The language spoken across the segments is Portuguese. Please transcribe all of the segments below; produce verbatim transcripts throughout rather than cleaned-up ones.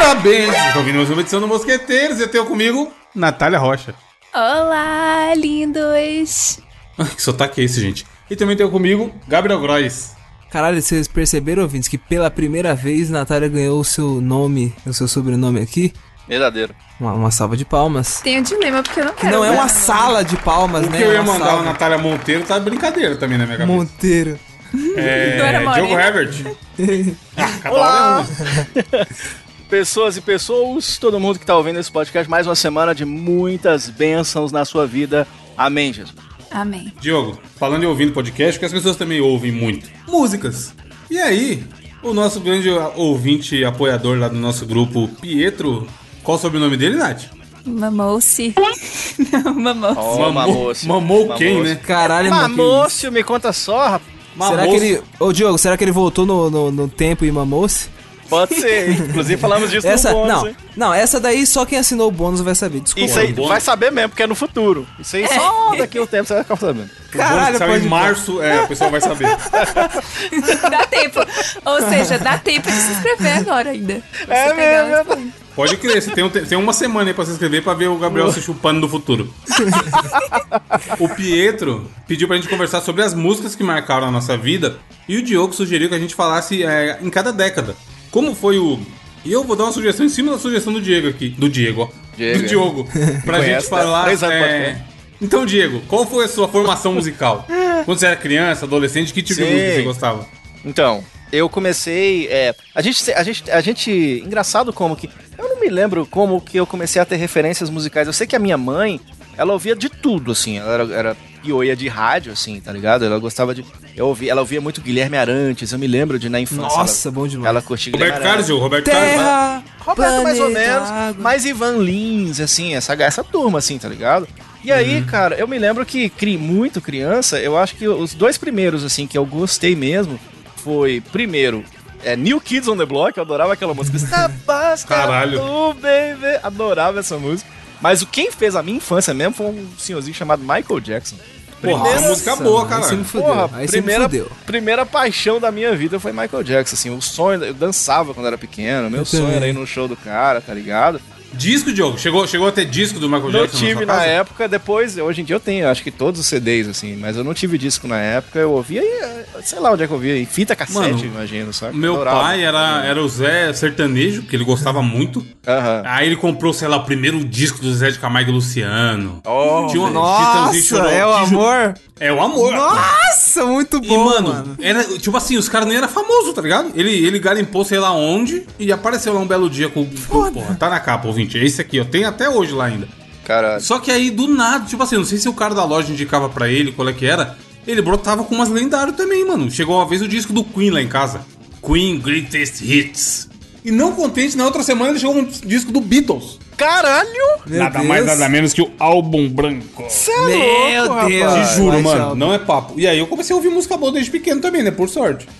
Parabéns! Estou ouvindo mais uma edição do Mosqueteiros e eu tenho comigo Natália Rocha. Olá, lindos! Que sotaque é esse, gente? E também tenho comigo Gabriel Grois. Caralho, vocês perceberam, ouvintes, que pela primeira vez Natália ganhou o seu nome, o seu sobrenome aqui? Verdadeiro. Uma, uma salva de palmas. Tem um dilema, porque eu não Que quero. não é ver. uma sala de palmas, O né? que eu É ia uma mandar salva. a Natália Monteiro tá brincadeira também na minha cabeça. Monteiro. É, Não era Diogo Morena. Herbert. Ah, cada hora é uma. Pessoas e pessoas, todo mundo que tá ouvindo esse podcast, mais uma semana de muitas bênçãos na sua vida. Amém, Jesus. Amém. Diogo, falando em ouvindo podcast, que as pessoas também ouvem muito. Músicas. E aí, o nosso grande ouvinte e apoiador lá do nosso grupo, Pietro, qual o sobrenome dele, Nath? Mamou-se. Não, mamou-se. Oh, Mamou- mamou-se. mamou quem, Mamou-se. né? Caralho, mano. que Mamou-se, me conta só, rapaz. isso? Será que ele... Ô, Diogo, será que ele voltou no, no, no tempo e mamou-se? Pode ser, hein? Inclusive falamos disso Essa, no bônus, não, hein? não, essa daí só quem assinou o bônus vai saber, desculpa. Isso aí bônus. vai saber mesmo, porque é no futuro. Isso aí só daqui a um tempo você vai ficar sabendo. Caralho, Saiu pode em março, é, o pessoal vai saber. Dá tempo. Ou seja, dá tempo de se inscrever agora ainda. Pra É você pegar mesmo, umas- Pode crer, você tem, um te- tem uma semana aí pra se inscrever pra ver o Gabriel se chupando no futuro. O Pietro pediu pra gente conversar sobre as músicas que marcaram a nossa vida e o Diogo sugeriu que a gente falasse é, em cada década. Como foi o... E eu vou dar uma sugestão em cima da sugestão do Diego aqui. Do Diego, ó. Diego. Do Diogo. Pra Conhece, gente falar... né? Três anos é, podcast. Então, Diego, qual foi a sua formação musical? Quando você era criança, adolescente, que tipo de Sim. música você gostava? Então, eu comecei. É, a, gente, a, gente, a gente. Engraçado como que. Eu não me lembro como que eu comecei a ter referências musicais. Eu sei que a minha mãe, ela ouvia de tudo, assim. Ela era, era pioia de rádio, assim, tá ligado? Ela gostava de. Eu ouvia, ela ouvia muito Guilherme Arantes. Eu me lembro de na infância. Nossa, ela, bom demais. Ela curtia Guilherme Roberto Carlos, Arantes. Diogo, Roberto Carlos. Terra, Roberto, mais ou planeta, menos. água. Mais Ivan Lins, assim, essa, essa turma, assim, tá ligado? E aí, cara, eu me lembro que cri, muito criança, eu acho que os dois primeiros, assim, que eu gostei mesmo, foi, primeiro, é, New Kids on the Block, eu adorava aquela música. Caralho. Oh, baby, adorava essa música. Mas o quem fez a minha infância mesmo foi um senhorzinho chamado Michael Jackson. Porra, Primeira- uma música boa, Aí você me cara. fudeu. Porra, aí você me primeira, fudeu. primeira paixão da minha vida foi Michael Jackson, assim, o sonho, eu dançava quando era pequeno, meu Eu sonho também. era ir no show do cara, tá ligado? Disco, Diogo? Chegou, chegou a ter disco do Michael Não Jackson tive na sua na casa? época, depois, hoje em dia eu tenho, acho que todos os C Ds, assim, mas eu não tive disco na época, eu ouvia e, sei lá onde é que eu ouvia, em fita cassete, Mano, imagino, sabe? Meu Adorava. pai era, era o Zé Sertanejo, que ele gostava muito. Aham. Aí ele comprou, sei lá, o primeiro disco do Zé de Camargo e Luciano. Oh, Tinha uma- Nossa, Chitãozinho Chororó, é o Tiju- amor? É o amor. Nossa, muito E, bom, mano, mano. era, tipo assim, os caras nem eram famosos, tá ligado? Ele, ele garimpou sei lá onde e apareceu lá um belo dia com... com porra, tá na capa, ouvinte. É esse aqui, ó. Tem até hoje lá ainda. Caralho. Só que aí, do nada, tipo assim, não sei se o cara da loja indicava pra ele qual é que era. Ele brotava com umas lendárias também, mano. Chegou uma vez o disco do Queen lá em casa. Queen Greatest Hits. E não contente, na outra semana ele chegou um disco do Beatles. Caralho! Meu nada Deus. mais, nada menos que o Álbum Branco. Cê é Meu louco, Deus. rapaz. Te juro, vai, mano, tchau. não é papo. E aí eu comecei a ouvir música boa desde pequeno também, né? Por sorte.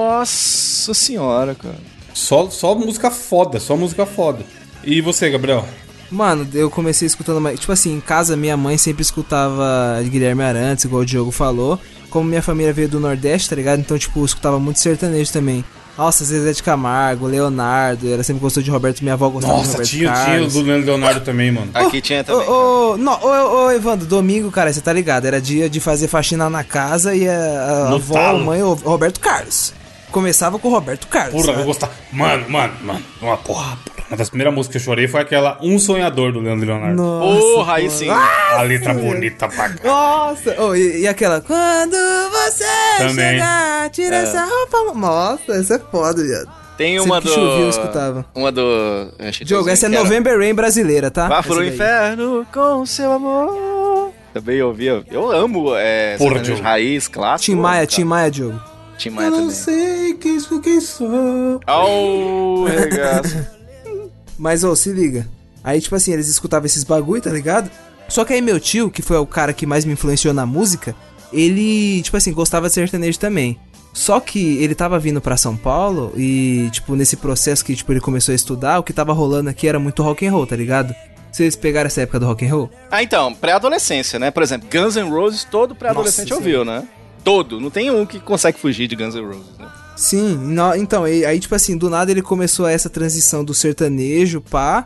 Nossa senhora, cara. Só, só música foda, só música foda. E você, Gabriel? Mano, eu comecei escutando mais. Tipo assim, em casa minha mãe sempre escutava Guilherme Arantes, igual o Diogo falou. Como minha família veio do Nordeste, tá ligado? Então, tipo, eu escutava muito sertanejo também. Nossa, Zezé de Camargo, Leonardo, ela sempre gostou de Roberto, minha avó gostava de Nossa, Roberto tinha, tinha o Carlos. do Leonardo também, mano. Aqui tinha também. cara. Ô, ô, não, ô, ô, Evandro, domingo, cara, você tá ligado? Era dia de fazer faxina na casa e a, a No avó, talo. a mãe, o Roberto Carlos. Começava com o Roberto Carlos. Porra, né? eu gostava. Mano, mano, mano. Uma porra, porra. Uma das primeiras músicas que eu chorei foi aquela Um Sonhador do Leandro e Leonardo. Nossa, Porra, aí pô. sim. A letra bonita pra cá. Nossa! Oh, e, e aquela. Quando você Também. chegar, tira essa roupa. Nossa, essa é foda, viado. Tem Sempre uma que do... chovia, eu escutava. Uma do... é, Diogo, essa é que era- November Rain brasileira, tá? Vá Essa pro daí. inferno com seu amor. Também eu ouvia. Eu amo é, Porra, sertanejo Diogo. raiz, clássico. Tim Maia, cara. Tim Maia, Diogo. Tim Maia Eu não também. sei que isso quem sou. Au, regaço. Mas, ô, se liga. Aí, tipo assim, eles escutavam esses bagulho, tá ligado? Só que aí meu tio, que foi o cara que mais me influenciou na música, ele, tipo assim, gostava de sertanejo também. Só que ele tava vindo pra São Paulo e, tipo, nesse processo que, tipo, ele começou a estudar, o que tava rolando aqui era muito rock and roll, tá ligado? Vocês pegaram essa época do rock and roll? Ah, então, pré-adolescência, né? Por exemplo, Guns N' Roses, todo pré-adolescente Nossa, ouviu, né? Todo. Não tem um que consegue fugir de Guns N' Roses, né? Sim, no, então, aí, aí, tipo assim, do nada ele começou essa transição do sertanejo, pá,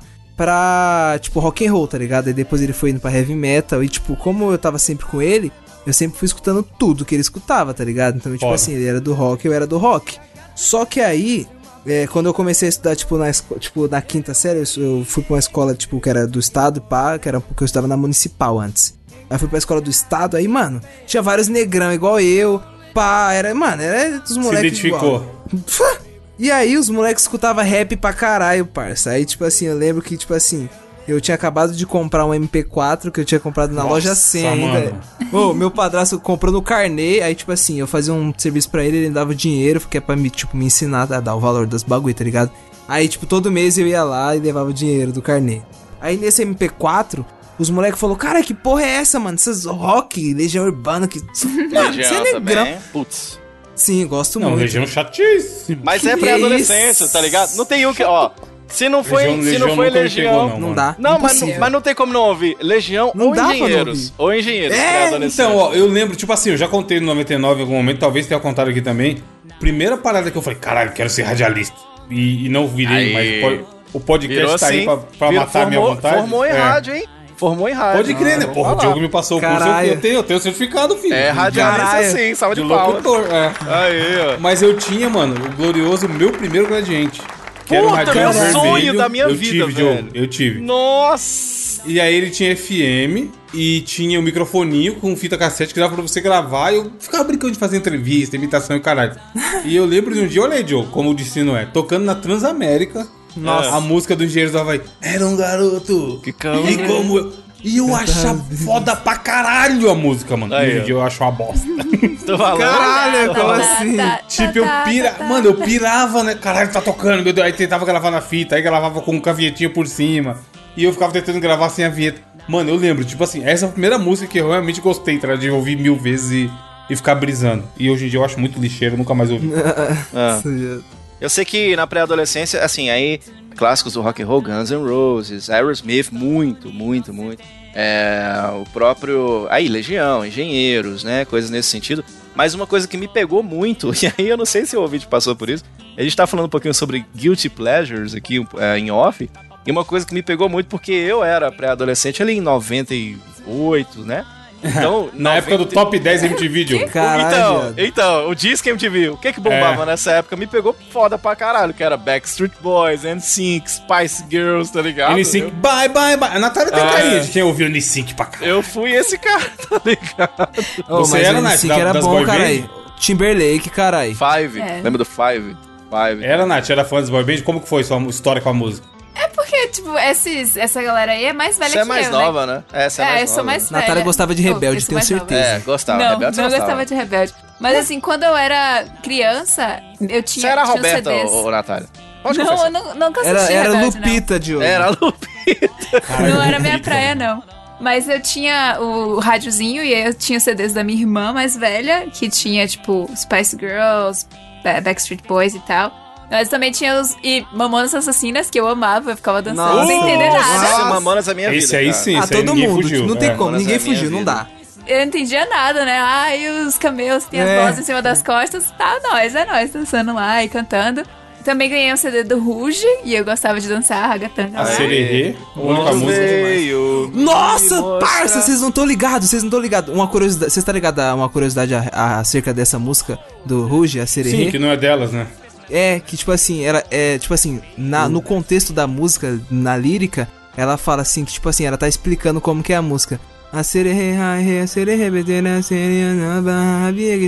pra, tipo, rock and roll, tá ligado? Aí depois ele foi indo pra heavy metal, e, tipo, como eu tava sempre com ele, eu sempre fui escutando tudo que ele escutava, tá ligado? Então, tipo Foda. assim, ele era do rock, eu era do rock. Só que aí, é, quando eu comecei a estudar, tipo, na, esco- tipo, na quinta série, eu, eu fui pra uma escola, tipo, que era do estado, pá, que era porque eu estava na municipal antes. Aí fui pra escola do estado, aí, mano, tinha vários negrão igual eu, pá, era, mano, era dos moleques Se identificou. Igual. E aí os moleques escutavam rap pra caralho, parça. Aí, tipo assim, eu lembro que, tipo assim, eu tinha acabado de comprar um M P quatro que eu tinha comprado na Nossa, loja cem ainda. Ô, meu padrasto comprou no carnê, aí, tipo assim, eu fazia um serviço pra ele, ele me dava dinheiro, porque é pra me, tipo, me ensinar a dar o valor das bagulho, tá ligado? Aí, tipo, todo mês eu ia lá e levava o dinheiro do carnê. Aí, nesse M P quatro, os moleques falaram, cara, que porra é essa, mano? Essas rock, Legião Urbana, que... Mano, você é negrão. Putz. Sim, gosto Não, muito. Legião chatíssimo. Mas é pré-adolescência, tá ligado? Não tem um que, ó... Se não foi Legião, se Legião não foi nunca me Legião... pegou, Não, mano. dá. Não, mas, Impossível. mas não tem como não ouvir. Legião Não ou dá pra não Engenheiros. ouvir. Ou Engenheiros, É, pré-adolescência. Então, ó, eu lembro, tipo assim, eu já contei no noventa e nove em algum momento, talvez tenha contado aqui também. Primeira parada que eu falei, caralho, quero ser radialista. E, e não virei, Aí. mas o, po- o podcast Virou tá aí assim, pra, pra virou- matar a minha formou- vontade. Formou em É. rádio, hein? Formou em rádio. Pode crer, né? Ah, Porra, o vamos Diogo lá. me passou o curso, eu, Caralho. eu tenho, eu tenho certificado, filho. É radialista Caralho. sim, salva de, de palmas. locutor, é. Aí, ó. Mas eu tinha, mano, o glorioso meu primeiro gradiente. Que era um Puta, radial meu vermelho. sonho da minha eu vida, tive, velho. Diogo, eu tive. Nossa! E aí ele tinha F M e tinha um microfoninho com fita cassete que dava pra você gravar. E eu ficava brincando de fazer entrevista, imitação e caralho. E eu lembro de um dia, olha aí, Diogo, como o destino é, tocando na Transamérica. Nossa. A música do Engenheiros do Havaí. Era um garoto. Que calma. E como eu... E eu achava foda pra caralho a música, mano. Aí, Hoje em ó. dia eu acho uma bosta. Tô falando. Caralho, como assim? Tipo, eu pira... Mano, eu pirava, né? Caralho, tá tocando, meu Deus. Aí tentava gravar na fita, aí gravava com a vinhetinha por cima. E eu ficava tentando gravar sem a vinheta. Mano, eu lembro, tipo assim, essa é a primeira música que eu realmente gostei, tá? De ouvir mil vezes e, e ficar brisando. E hoje em dia eu acho muito lixeiro, nunca mais ouvi. Ah. Eu sei que na pré-adolescência, assim, aí, clássicos do rock and roll, Guns N' Roses, Aerosmith, muito, muito, muito. É, o próprio... Aí, Legião, Engenheiros, né? Coisas nesse sentido. Mas uma coisa que me pegou muito, e aí eu não sei se o ouvinte passou por isso, a gente tá falando um pouquinho sobre Guilty Pleasures aqui é, em off, e uma coisa que me pegou muito, porque eu era pré-adolescente ali em noventa e oito, né? Então, Na noventa... época do Top dez M T V, Diogo. Caralho, Então, viado. então, o Disque M T V, o que que bombava É. nessa época me pegou foda pra caralho, que era Backstreet Boys, N Sync, Spice Girls, tá ligado? N Sync, bye, bye, bye. A Natália tem Ah, carinha é. de quem ouviu N Sync pra caralho. Eu, eu fui esse cara, tá ligado? Oh, Você mas era, o Nath, N Sync da- era das bom, boy caralho. Timberlake, caralho. Five, É. lembra do Five? Five. Era, Nath, era fã dos boy band. Como que foi sua história com a música? É porque, tipo, esses, essa galera aí é mais velha Você que é mais eu, nova, né? né? É, você é, É, mais eu sou nova. mais velha. Natália gostava de Eu- Rebelde, eu sou tenho mais nova. certeza. É, gostava. Não, Rebelde você não gostava. gostava de Rebelde. Mas assim, quando eu era criança, eu tinha, Você era a tinha Roberta, C Ds. ô, ô, Natália? Pode não, confessar. eu não, nunca assisti Era, era Rebelde, Lupita, Diogo. Era a Lupita. não. Não era minha praia, não. Mas eu tinha o rádiozinho e eu tinha C Ds da minha irmã mais velha, que tinha, tipo, Spice Girls, Ba- Backstreet Boys e tal. Mas também tinha os e Mamonas Assassinas, que eu amava, eu ficava dançando Nossa. sem entender nada. Esse Mamonas é minha vida, Esse aí cara. sim, Ah, esse aí todo ninguém mundo. fugiu. Não tem é. como, Mamonas ninguém é a minha fugiu, não vida. dá. Eu não entendia nada, né? Ai, os camelos têm as É. vozes em cima das costas. Tá, nós, é nós, dançando lá e cantando. Também ganhei um C D do Ruge e eu gostava de dançar ragatanga A lá. Sererê, a única Onde música. veio Nossa, me mostrar- parça, vocês não estão ligados, vocês não estão ligados. Uma curiosidade, vocês estão ligados a uma curiosidade a- a- acerca dessa música do Ruge, a Sererê? Sim, que não é delas, né? É, que tipo assim, ela é, tipo assim, na, no contexto da música, na lírica, ela fala assim, que tipo assim, ela tá explicando como que é a música. A sererê, a sererê, betena, sererê, naba,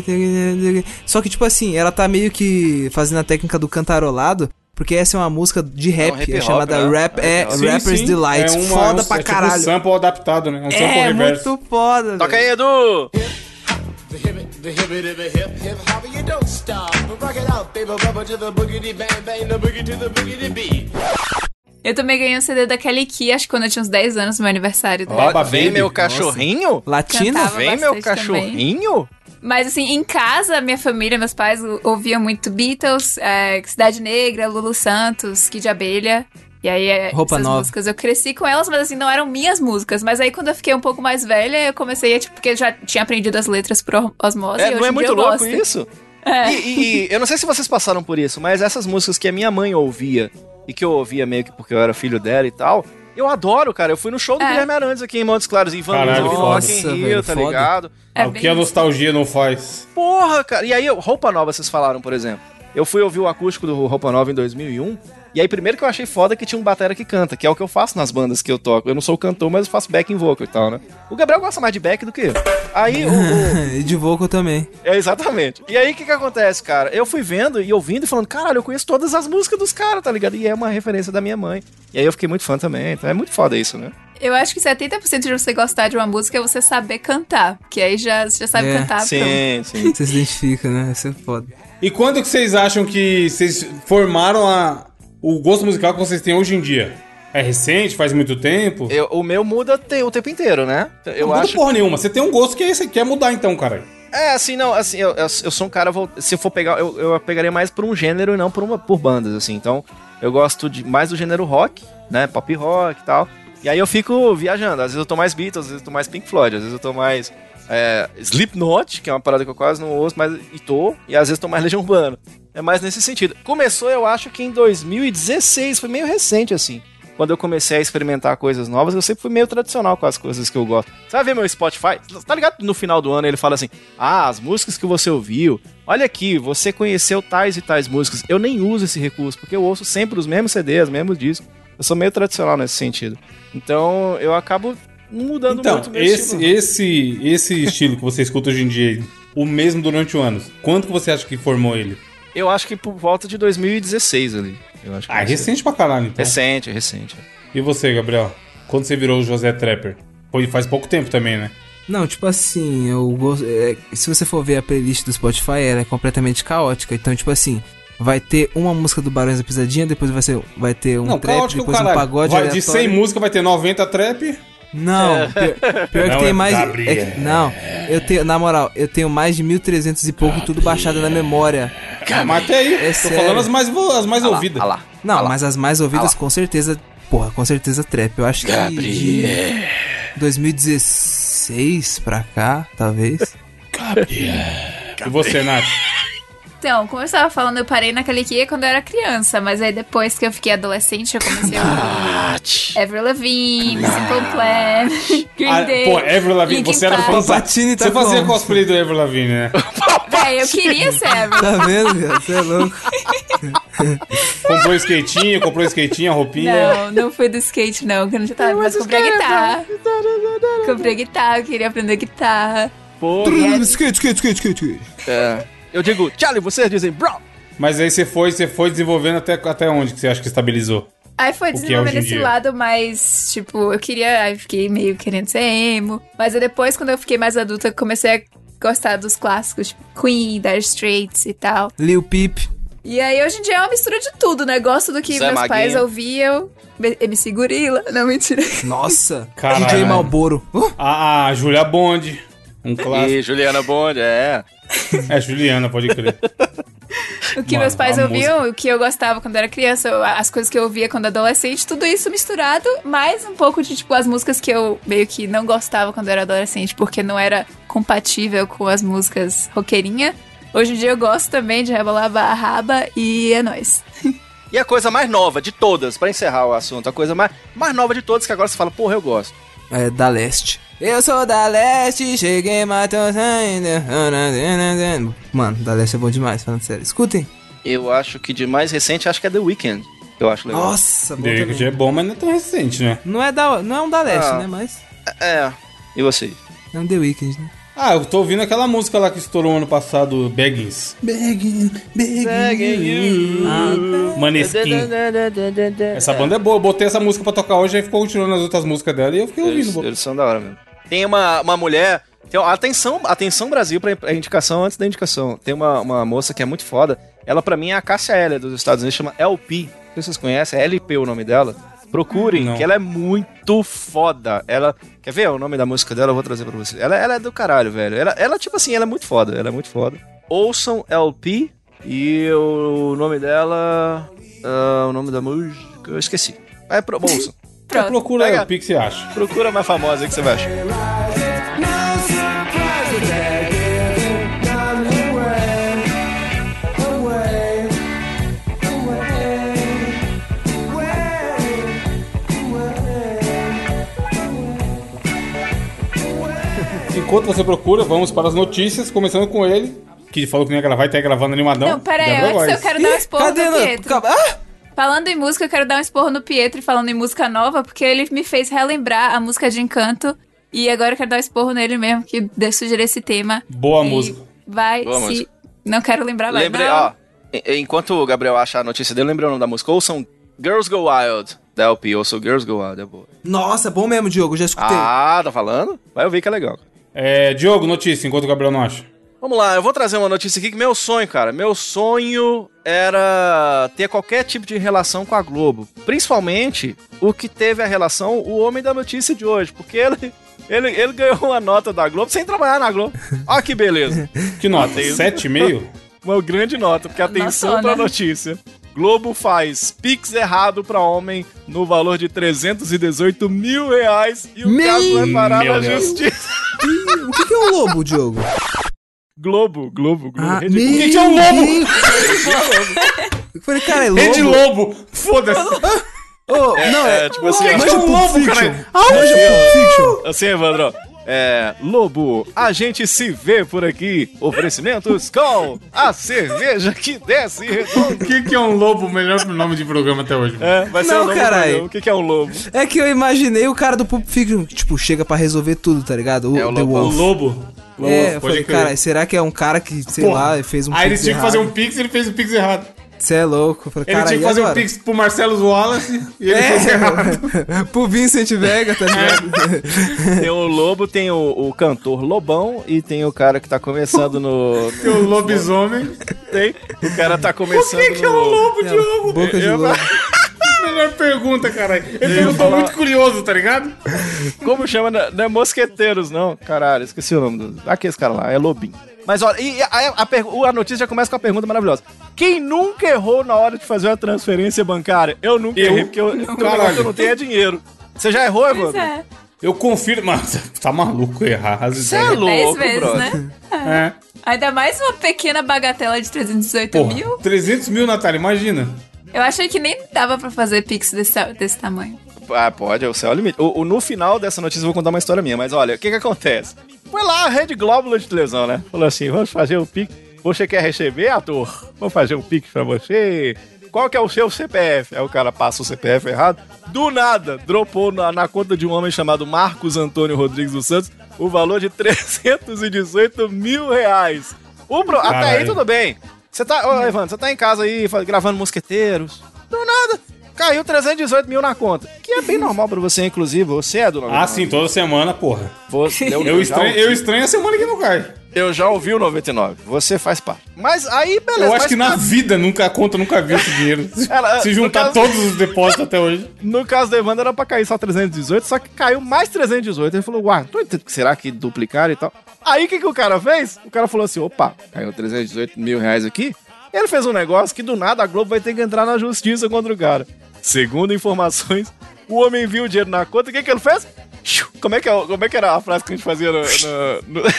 só que tipo assim, ela tá meio que fazendo a técnica do cantarolado, porque essa é uma música de rap, hip é, hop, chamada né? Rap, É é, hip hop. Sim, Rapper's sim. Delight, É uma- foda é um- pra é tipo caralho. um sample adaptado, né? É um sample É, reverso. muito foda, Toca velho. aí, Edu! The hip, the hip, the hip, hip hop, you don't stop. Rock it out, baby, bubba to the boogity bang bang, the boogie to the boogity beat. Eu também ganhei um C D da Kelly Key, acho que quando eu tinha uns dez anos, no meu aniversário dela. Ó, Ó, Baba vem Baby, meu nossa. cachorrinho? Latino? Cantava. Vem meu bastante cachorrinho? Mas assim, em casa, minha família, meus pais ouviam muito Beatles, é, Cidade Negra, Lulu Santos, Kid Abelha. E aí, é, Roupa essas Nova. músicas, eu cresci com elas, mas assim, não eram minhas músicas. Mas aí, quando eu fiquei um pouco mais velha, eu comecei a, tipo, porque eu já tinha aprendido as letras por osmose. É, e hoje não é em dia muito eu louco gosto. isso? É. E, e- e eu não sei se vocês passaram por isso, mas essas músicas que a minha mãe ouvia, e que eu ouvia meio que porque eu era filho dela e tal, eu adoro, cara. Eu fui no show do É. Guilherme Arantes aqui em Montes Claros, em Van Luz, Caralho, eu vi no foda. Rock in Nossa, Rio, velho, tá foda. ligado? É o bem que a isso. nostalgia não faz. Porra, cara. E aí, Roupa Nova, vocês falaram, por exemplo. Eu fui ouvir o acústico do Roupa Nova em dois mil e um. E aí, primeiro que eu achei foda que tinha um batera que canta, que é o que eu faço nas bandas que eu toco. Eu não sou cantor, mas eu faço backing vocal e tal, né? O Gabriel gosta mais de back do que eu. Aí, o... o- E de vocal também. É, exatamente. E aí, o que que acontece, cara? Eu fui vendo e ouvindo e falando, caralho, eu conheço todas as músicas dos caras, tá ligado? E é uma referência da minha mãe. E aí eu fiquei muito fã também. Então é muito foda isso, né? Eu acho que setenta por cento de você gostar de uma música é você saber cantar. Porque aí já, você já sabe É, cantar. pronto. Sim, sim. Você se identifica, né? Isso é foda. E quando que vocês acham que vocês formaram a, o gosto musical que vocês têm hoje em dia? É recente? Faz muito tempo? Eu- o meu muda te- o tempo inteiro, né? Eu não muda acho. porra nenhuma. Você tem um gosto que é esse, quer mudar então, cara. É, assim, não, assim, eu, eu, eu sou um cara, vol- se eu for pegar, eu, eu pegaria mais por um gênero e não por, uma, por bandas, assim. Então, eu gosto de, mais do gênero rock, né? Pop rock e tal. E aí eu fico viajando. Às vezes eu tô mais Beatles, às vezes eu tô mais Pink Floyd, às vezes eu tô mais é, Slipknot, que é uma parada que eu quase não ouço, mas e tô. E às vezes tô mais Legião Urbana. É mais nesse sentido. Começou, eu acho que em dois mil e dezesseis, foi meio recente, assim. Quando eu comecei a experimentar coisas novas, eu sempre fui meio tradicional com as coisas que eu gosto. Você vai ver meu Spotify? Tá ligado? No final do ano ele fala assim: ah, as músicas que você ouviu, olha aqui, você conheceu tais e tais músicas. Eu nem uso esse recurso, porque eu ouço sempre os mesmos C Ds, os mesmos discos. Eu sou meio tradicional nesse sentido. Então eu acabo não mudando Então, muito meu esse, estilo. esse, esse estilo que você escuta hoje em dia, o mesmo durante o ano, quanto que você acha que formou ele? Eu acho que por volta de dois mil e dezesseis ali. Eu acho que Ah, é vai ser. recente pra caralho, então. Recente, recente. E você, Gabriel? Quando você virou o José Trapper? Foi faz pouco tempo também, né? Não, tipo assim, eu gosto. é, se você for ver a playlist do Spotify, ela é completamente caótica. Então, tipo assim, vai ter uma música do Barões da Pisadinha, depois vai, ser, vai ter um não, trap, caótico, depois um caralho. pagode. Vai, de aleatório. cem músicas vai ter noventa trap. Não, pior, pior Não, que tem é mais. Gabriel. é que- não, eu tenho, na moral, eu tenho mais de mil e trezentos e pouco, tudo baixado na memória. Mas até aí, É tô sério. falando as mais, vo- as mais Ah lá, ouvidas. ah lá. Não, Ah lá. mas as mais ouvidas com certeza, porra, com certeza trap. Eu acho que de dois mil e dezesseis pra cá, talvez. E você, Nath? Então, como eu estava falando, eu parei naquele que quando eu era criança, mas aí depois que eu fiquei adolescente, eu comecei a ouvir Avril Lavigne, Simple Plan, Green Ah, Day, pô, Avril Lavigne, Linkin você era Park. fã. Palpatine tá Você fazia como? cosplay do Avril Lavigne, né? Véi, eu queria ser Avril. Tá vendo, cara? Você é louco. Comprou skatinho, comprou skatinho, a roupinha. Não, não fui do skate, não, que eu não já tava, mas comprei guitarra. Comprei guitarra, eu queria aprender guitarra. Pô, Skate, skate, skate, skate. é. Eu digo, Charlie, vocês dizem, bro. Mas aí você foi, você foi desenvolvendo até, até onde que você acha que estabilizou? Aí foi O que é desenvolvendo hoje em esse dia? lado mais, tipo, eu queria, aí fiquei meio querendo ser emo. Mas aí depois, quando eu fiquei mais adulta, eu comecei a gostar dos clássicos, tipo Queen, Dire Straits e tal. Lil Peep. E aí hoje em dia é uma mistura de tudo, né? Gosto do que Zé meus Maguinho. pais ouviam. M C Gorila, não, mentira. Nossa, Caralho. D J Malboro. Uh, A, a Julia Bond. Um clássico. E Juliana Bond, é. É, Juliana, pode crer. O que Mano, meus pais a ouviam, o que eu gostava quando era criança, eu- as coisas que eu ouvia quando adolescente, tudo isso misturado, mais um pouco de, tipo, as músicas que eu meio que não gostava quando era adolescente, porque não era compatível com as músicas roqueirinha. Hoje em dia eu gosto também de rebolar a raba e é nóis. E a coisa mais nova de todas, pra encerrar o assunto, a coisa mais, mais nova de todas que agora você fala, porra, eu gosto. É, da Leste. Eu sou da Leste, cheguei matando ainda. Mano, da Leste é bom demais, falando sério. Escutem. Eu acho que de mais recente, acho que é The Weeknd. Eu acho legal. Nossa, bom The também. Weeknd é bom, mas não é tão recente, né? Não é, da, não é um da Leste, Ah. né? Mas É. E você? é um The Weeknd, né? Ah, eu tô ouvindo aquela música lá que estourou ano passado, Beggins. Begging, begging Ah, Maneskin. Essa banda é boa, eu botei essa música pra tocar hoje, aí ficou continuando as outras músicas dela e eu fiquei ouvindo. Eles, bo- eles são da hora mesmo. Tem uma, uma mulher. Tem, atenção, atenção Brasil pra pra indicação antes da indicação. Tem uma, uma moça que é muito foda. Ela pra mim é a Cássia Eller dos Estados Unidos, chama L P. Não sei se vocês conhecem, é L P o nome dela. Procurem, Não. que ela é muito foda. Ela. Quer ver o nome da música dela? Eu vou trazer pra vocês. Ela, ela é do caralho, velho. Ela, ela, tipo assim, ela é muito foda. Ela é muito foda. Ouçam L P e o nome dela. ah, o nome da música. Eu esqueci. É, pro, ouçam. Então procura aí Pega. o que que você acha. Procura a mais famosa aí que você vai achar. No surprise that they're giving none away. enquanto você procura, vamos para as notícias, começando com ele, que falou que não ia gravar e tá gravando animadão. Não, pera aí, Gabriel antes Góes. eu quero dar um esporro Cadê? no Não? Pietro. Calma. Ah! Falando em música, eu quero dar um esporro no Pietro e falando em música nova, porque ele me fez relembrar a música de Encanto. E agora eu quero dar um esporro nele mesmo, que sugeriu esse tema. Boa E música. Vai Boa se... música. Não quero lembrar mais. Lembrei, não. ó. en- Enquanto o Gabriel acha a notícia dele, eu lembrei o nome da música. Ouçam Girls Go Wild, da L P. Ouçam Girls Go Wild, é boa. Nossa, bom mesmo, Diogo, já escutei. Ah, tá falando? Vai ouvir que é legal. É, Diogo, notícia, enquanto o Gabriel não acha. Vamos lá, eu vou trazer uma notícia aqui que meu sonho, cara, meu sonho era ter qualquer tipo de relação com a Globo. Principalmente o que teve a relação, o homem da notícia de hoje, porque ele, ele, ele ganhou uma nota da Globo sem trabalhar na Globo. Olha que beleza. Que nota? Ah, tem- sete e meio? Uma grande nota, porque atenção Notona. pra notícia. Globo faz Pix errado pra homem no valor de trezentos e dezoito mil reais e o Meu caso vai parar meu na Deus. justiça. Ih, o que, que é um lobo, Diogo? Globo, Globo, Globo. Ah, Rede meu que que é um lobo? Deus. Eu falei, cara, é lobo? Rede Lobo! Foda-se! Oh, não, É, é... tipo assim, É Manja um Pulp lobo, Fiction. cara! Manja Pulp Fiction. Assim, Evandro, ó. É, Lobo, a gente se vê por aqui. Oferecimentos com a cerveja que desce redondo. O que, que é um lobo? O melhor nome de programa até hoje. É, vai ser Não, o nome do carai. programa. O que que é um lobo? É que eu imaginei o cara do Pulp Fiction, que, tipo, chega pra resolver tudo, tá ligado? O, É o The lobão. Um Wolf. lobo? Lobo, É, eu pode falei, crer. cara, será que é um cara que, sei Porra. lá, fez um Aí eles pix tinham que fazer errado? um pix e ele fez o pix errado. Você é louco. Eu falei, Ele cara, tinha que e fazer um agora? pix pro Marcelo Wallace e ele fez errado. É, pro Vincent Vega, tá ligado? Tem o lobo, tem o, o cantor Lobão e tem o cara que tá começando no. Tem o lobisomem. Tem. O cara tá O começando que, que é um no. lobo, Diogo? Boca de Eu- lobo. Melhor pergunta, caralho. Ele Eu ia perguntou falar- muito curioso, tá ligado? Como chama? Não não é Mosqueteiros, não. Caralho, esqueci o nome do. Aquele cara lá, é Lobinho. Mas olha, e a, a, a pergu- a notícia já começa com a pergunta maravilhosa. Quem nunca errou na hora de fazer uma transferência bancária? Eu nunca Eu? errei, porque eu, eu, Caralho. eu não tenho é dinheiro. Você já errou, Pois Evandro? é. Eu confiro. Mano, você tá maluco errar as Você é ideias. Dez louco, vezes, brother. né? É. Ainda mais uma pequena bagatela de trezentos e dezoito Porra, mil. trezentos mil, Natália, imagina. Eu achei que nem dava pra fazer pix desse, desse tamanho. Ah, pode, o céu é o limite. O, o- no final dessa notícia eu vou contar uma história minha, mas olha, o que que acontece? Foi lá a Rede Globo de televisão, né? Falou assim, vamos fazer um pix. Você quer receber, ator? Vamos fazer um pix pra você. Qual que é o seu C P F? Aí o cara passa o C P F errado. Do nada, dropou na, na conta de um homem chamado Marcos Antônio Rodrigues dos Santos o valor de trezentos e dezoito mil reais. O pro... Até aí Caralho. tudo bem. Você tá, ô Evandro, você tá em casa aí fa- gravando Mosqueteiros. Do nada, caiu trezentos e dezoito mil na conta. Que é bem normal pra você, inclusive. Você é do noventa e nove. Ah, sim, toda semana, porra. Você, eu, Eu já estranho, ouvi, eu estranho a semana que não cai. eu já ouvi o noventa e nove. Você faz parte. Mas aí, beleza. Eu acho mas que na tá- vida nunca, a conta nunca viu esse dinheiro. Ela- Se no juntar caso- todos os depósitos até hoje. No caso do Evandro era pra cair só trezentos e dezoito, só que caiu mais trezentos e dezoito. Ele falou, uai, tô entendendo, será que duplicaram e tal? Aí o que, que o cara fez? O cara falou assim, opa, caiu trezentos e dezoito mil reais aqui. Ele fez um negócio que do nada a Globo vai ter que entrar na justiça contra o cara. Segundo informações, o homem viu o dinheiro na conta, o que, que ele fez? Como é que, é, como é que era a frase que a gente fazia no... no- no-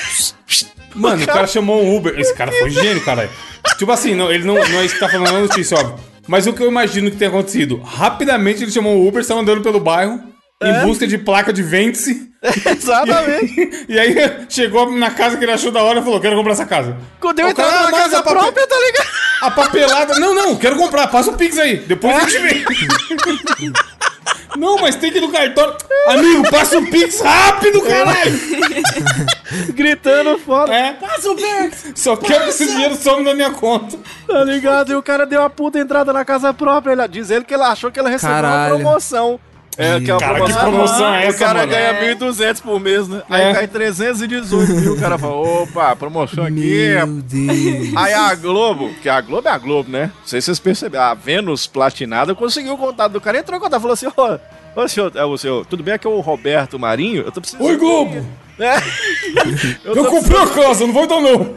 Mano, o cara chamou um Uber. Esse cara foi gênio, caralho. Tipo assim, não, ele não, não é isso que tá falando na notícia, óbvio. Mas o que eu imagino que tenha acontecido? Rapidamente ele chamou um Uber, saiu andando pelo bairro, É? em busca de placa de vende-se. Exatamente. E aí chegou na casa que ele achou da hora e falou: quero comprar essa casa. Quando eu O cara, entrava na mas casa a pape- própria, tá ligado? A papelada. Não, não, quero comprar, passa o Pix aí. Depois a gente vê. Não, mas tem que ir no cartório. Amigo, passa o Pix rápido, caralho. Gritando fora. É, passa o Pix. Só quero que esse dinheiro some da minha conta. Tá ligado? E o cara deu uma puta entrada na casa própria. Ele diz ele que ele achou que ele recebeu Caralho. uma promoção. É, que é uma Cara, promoção. que promoção é O essa, cara mano? ganha É. mil e duzentos por mês, né? Aí É. cai trezentos e dezoito mil. O cara fala, opa, promoção aqui. Meu Deus. Aí a Globo, que a Globo é a Globo, né? Não sei se vocês perceberam. A Vênus Platinada conseguiu o contato do cara. Entrou em contato, falou assim, ô, ô senhor, é o senhor, tudo bem? Aqui é o Roberto Marinho. Eu tô precisando... Oi, Globo. É. Eu Eu tô comprei a casa, não vou dar não.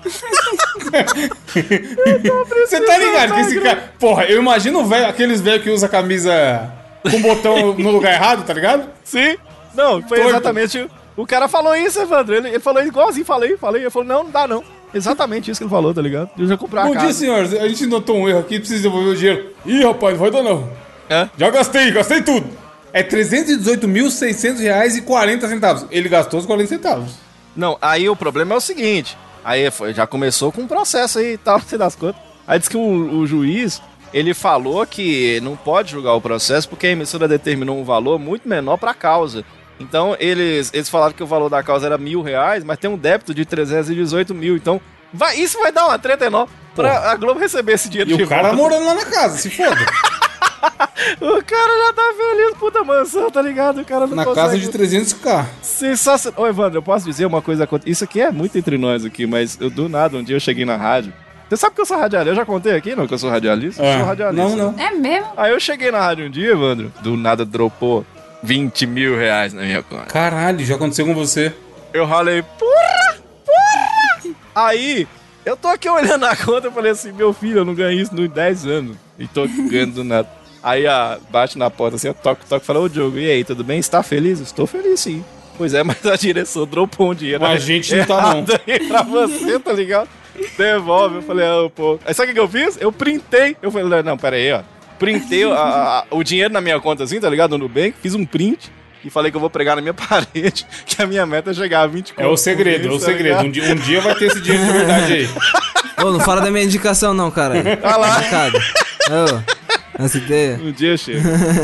Você tá ligado que esse cara... Porra, eu imagino o velho, aqueles velhos que usa camisa com botão no lugar errado, tá ligado? Sim. Não, foi Torto. exatamente... O cara falou isso, Evandro. Ele, ele falou igualzinho, falei, falei. Ele falou, não, não dá não. Exatamente isso que ele falou, tá ligado? Eu já comprei a Bom casa. dia, senhores. A gente notou um erro aqui, precisa devolver o dinheiro. Ih, rapaz, não vai dar não. É? Já gastei, gastei tudo. É trezentos e dezoito mil, seiscentos reais e quarenta centavos. Ele gastou os quarenta centavos. Não, aí o problema é o seguinte. Aí foi, já começou com um processo aí e tal, não sei das contas. Aí disse que o, o juiz, ele falou que não pode julgar o processo porque a emissora determinou um valor muito menor pra causa. Então, eles, eles falaram que o valor da causa era mil reais, mas tem um débito de trezentos e dezoito mil. Então, vai, isso vai dar uma treta enorme pra Pô. a Globo receber esse dinheiro e de o cara volta. morando lá na casa, se foda. O cara já tá feliz, puta mansão, tá ligado? O cara não Na consegue... casa de trezentos k. Sensacional. Ô, Evandro, eu posso dizer uma coisa? Isso aqui é muito entre nós aqui, mas eu, do nada, um dia eu cheguei na rádio. Você sabe que eu sou radialista? Eu já contei aqui, não, que eu sou radialista? É. Eu sou radialista. Não, não. É mesmo? Aí eu cheguei na rádio um dia, Evandro, do nada dropou vinte mil reais na minha conta. Caralho, já aconteceu com você. Eu ralei, porra, porra! Aí, eu tô aqui olhando a conta e falei assim, meu filho, eu não ganhei isso nos dez anos. E tô ganhando do nada. Aí a, bate na porta assim, eu toco, toco e falo, ô Diogo, e aí, tudo bem? Você tá feliz? Estou feliz, sim. Pois é, mas a direção dropou um dinheiro. Mas a gente não tá, não. Aí pra você, tá ligado? Devolve. Eu falei, ah, pô. Aí sabe o que eu fiz? Eu printei. Eu falei, não, pera aí, ó. Printei a, a, a, o dinheiro na minha conta assim, tá ligado? No Nubank, fiz um print e falei que eu vou pregar na minha parede, que a minha meta é chegar a vinte É o segredo, é o segredo. Um dia, um dia vai ter esse dinheiro de verdade aí. Ô, não fala da minha indicação não, cara. Olha lá. Ô, essa ideia. Um dia chega.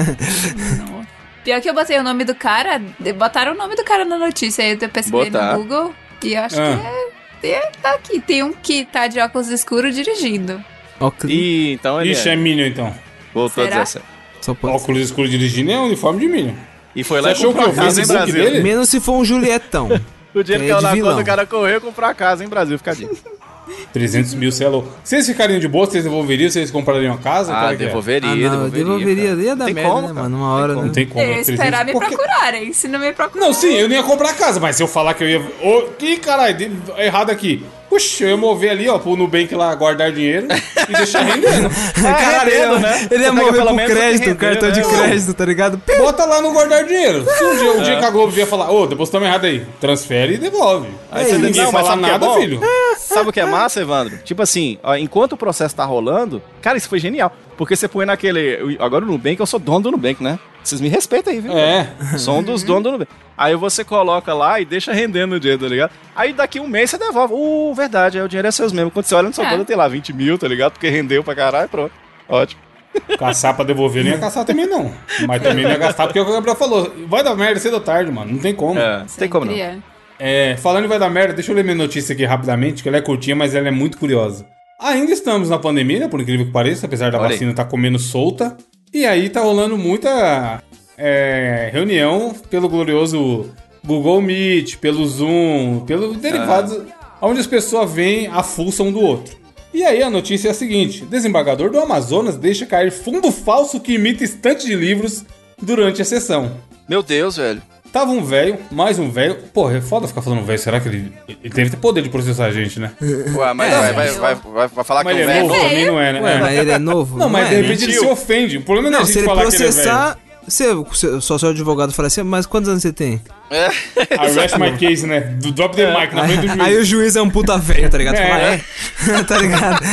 Pior que eu botei o nome do cara, botaram o nome do cara na notícia aí, eu pesquisei Botar. no Google e eu acho Ah. que é, é, tá aqui. Tem um que tá de óculos escuros dirigindo. Óculos. E então ele Ixi, é é. Minion então. Voltou Será? a dezessete. Só pode ser. Óculos escuros dirigindo é uniforme de Minion. E foi Você lá e achou que comprou eu a vi casa o em Facebook Brasil. dele? Menos se for um Julietão. O dinheiro É que eu de na vilão. conta, o cara correu e comprou a casa em Brasil, fica dito. trezentos mil, você é louco. Se eles ficariam de boa, vocês devolveriam, se eles comprariam a casa? Qual Ah, é que é? devolveria, Ah, não, eu devolveria. devolveria. Ia dar Tem merda, como, né, cara? mano? Uma hora, Não né? tem como. Eu ia esperar me Porque- procurarem, se não me procurarem. Não, sim, eu não ia comprar a casa, mas se eu falar que eu ia... Ô, que caralho, de- errado aqui. Puxa, eu ia mover ali, ó, pro Nubank lá, guardar dinheiro e deixar rendendo. Cara, ele, rendendo, ia- né? ele ia Você pega mover pelo pro menos crédito, render, cartão né? de Não. crédito, tá ligado? Bota lá no guardar dinheiro. Se um dia, o dia que a Globo vier falar, ô, depositamos errado aí, transfere e devolve. Aí É se isso. ninguém Não, mas falar sabe o que é nada, bom? filho. Sabe o que é massa, Evandro? Tipo assim, ó, enquanto o processo tá rolando, cara, isso foi genial. Porque você põe naquele... Agora o Nubank, eu sou dono do Nubank, né? Vocês me respeitam aí, viu? É. Sou um dos donos do Nubank. Aí você coloca lá e deixa rendendo o dinheiro, tá ligado? Aí daqui um mês você devolve. Uh, verdade, aí o dinheiro é seus mesmo. Quando você olha no seu É. conta, tem lá vinte mil, tá ligado? Porque rendeu pra caralho, pronto. Ótimo. Caçar pra devolver, não ia caçar também não. Mas também não ia gastar, porque é o que o Gabriel falou. Vai dar merda cedo ou tarde, mano. Não tem como. É, não tem como não. Sempre é. É, falando em vai dar merda, deixa eu ler minha notícia aqui rapidamente, que ela é curtinha, mas ela é muito curiosa. Ainda estamos na pandemia, né, por incrível que pareça, apesar da Olha aí. vacina estar comendo solta. E aí tá rolando muita é, reunião pelo glorioso Google Meet, pelo Zoom, pelo derivados, onde as pessoas veem a fuça um do outro. E aí a notícia é a seguinte: desembargador do Amazonas deixa cair fundo falso que imita estante de livros durante a sessão. Meu Deus, velho. Tava um velho, mais um velho. Porra, é foda ficar falando velho. Será que ele. Ele deve ter poder de processar a gente, né? Ué, mas É, vai, vai, mas- vai, vai, vai falar Mas que é um ele é velho. novo também, não é, né? Ué, É. mas ele é novo? Não, mas é, de né? repente ele Mentiu. se ofende. O problema não é a Não, gente se ele falar que ele é velho. processar... Você, você- só seu advogado fala assim, mas quantos anos você tem? Arrest my case, né? Do drop the mic na frente do juiz. Aí o juiz é um puta velho, tá ligado? É, Fala, né? é? Tá ligado?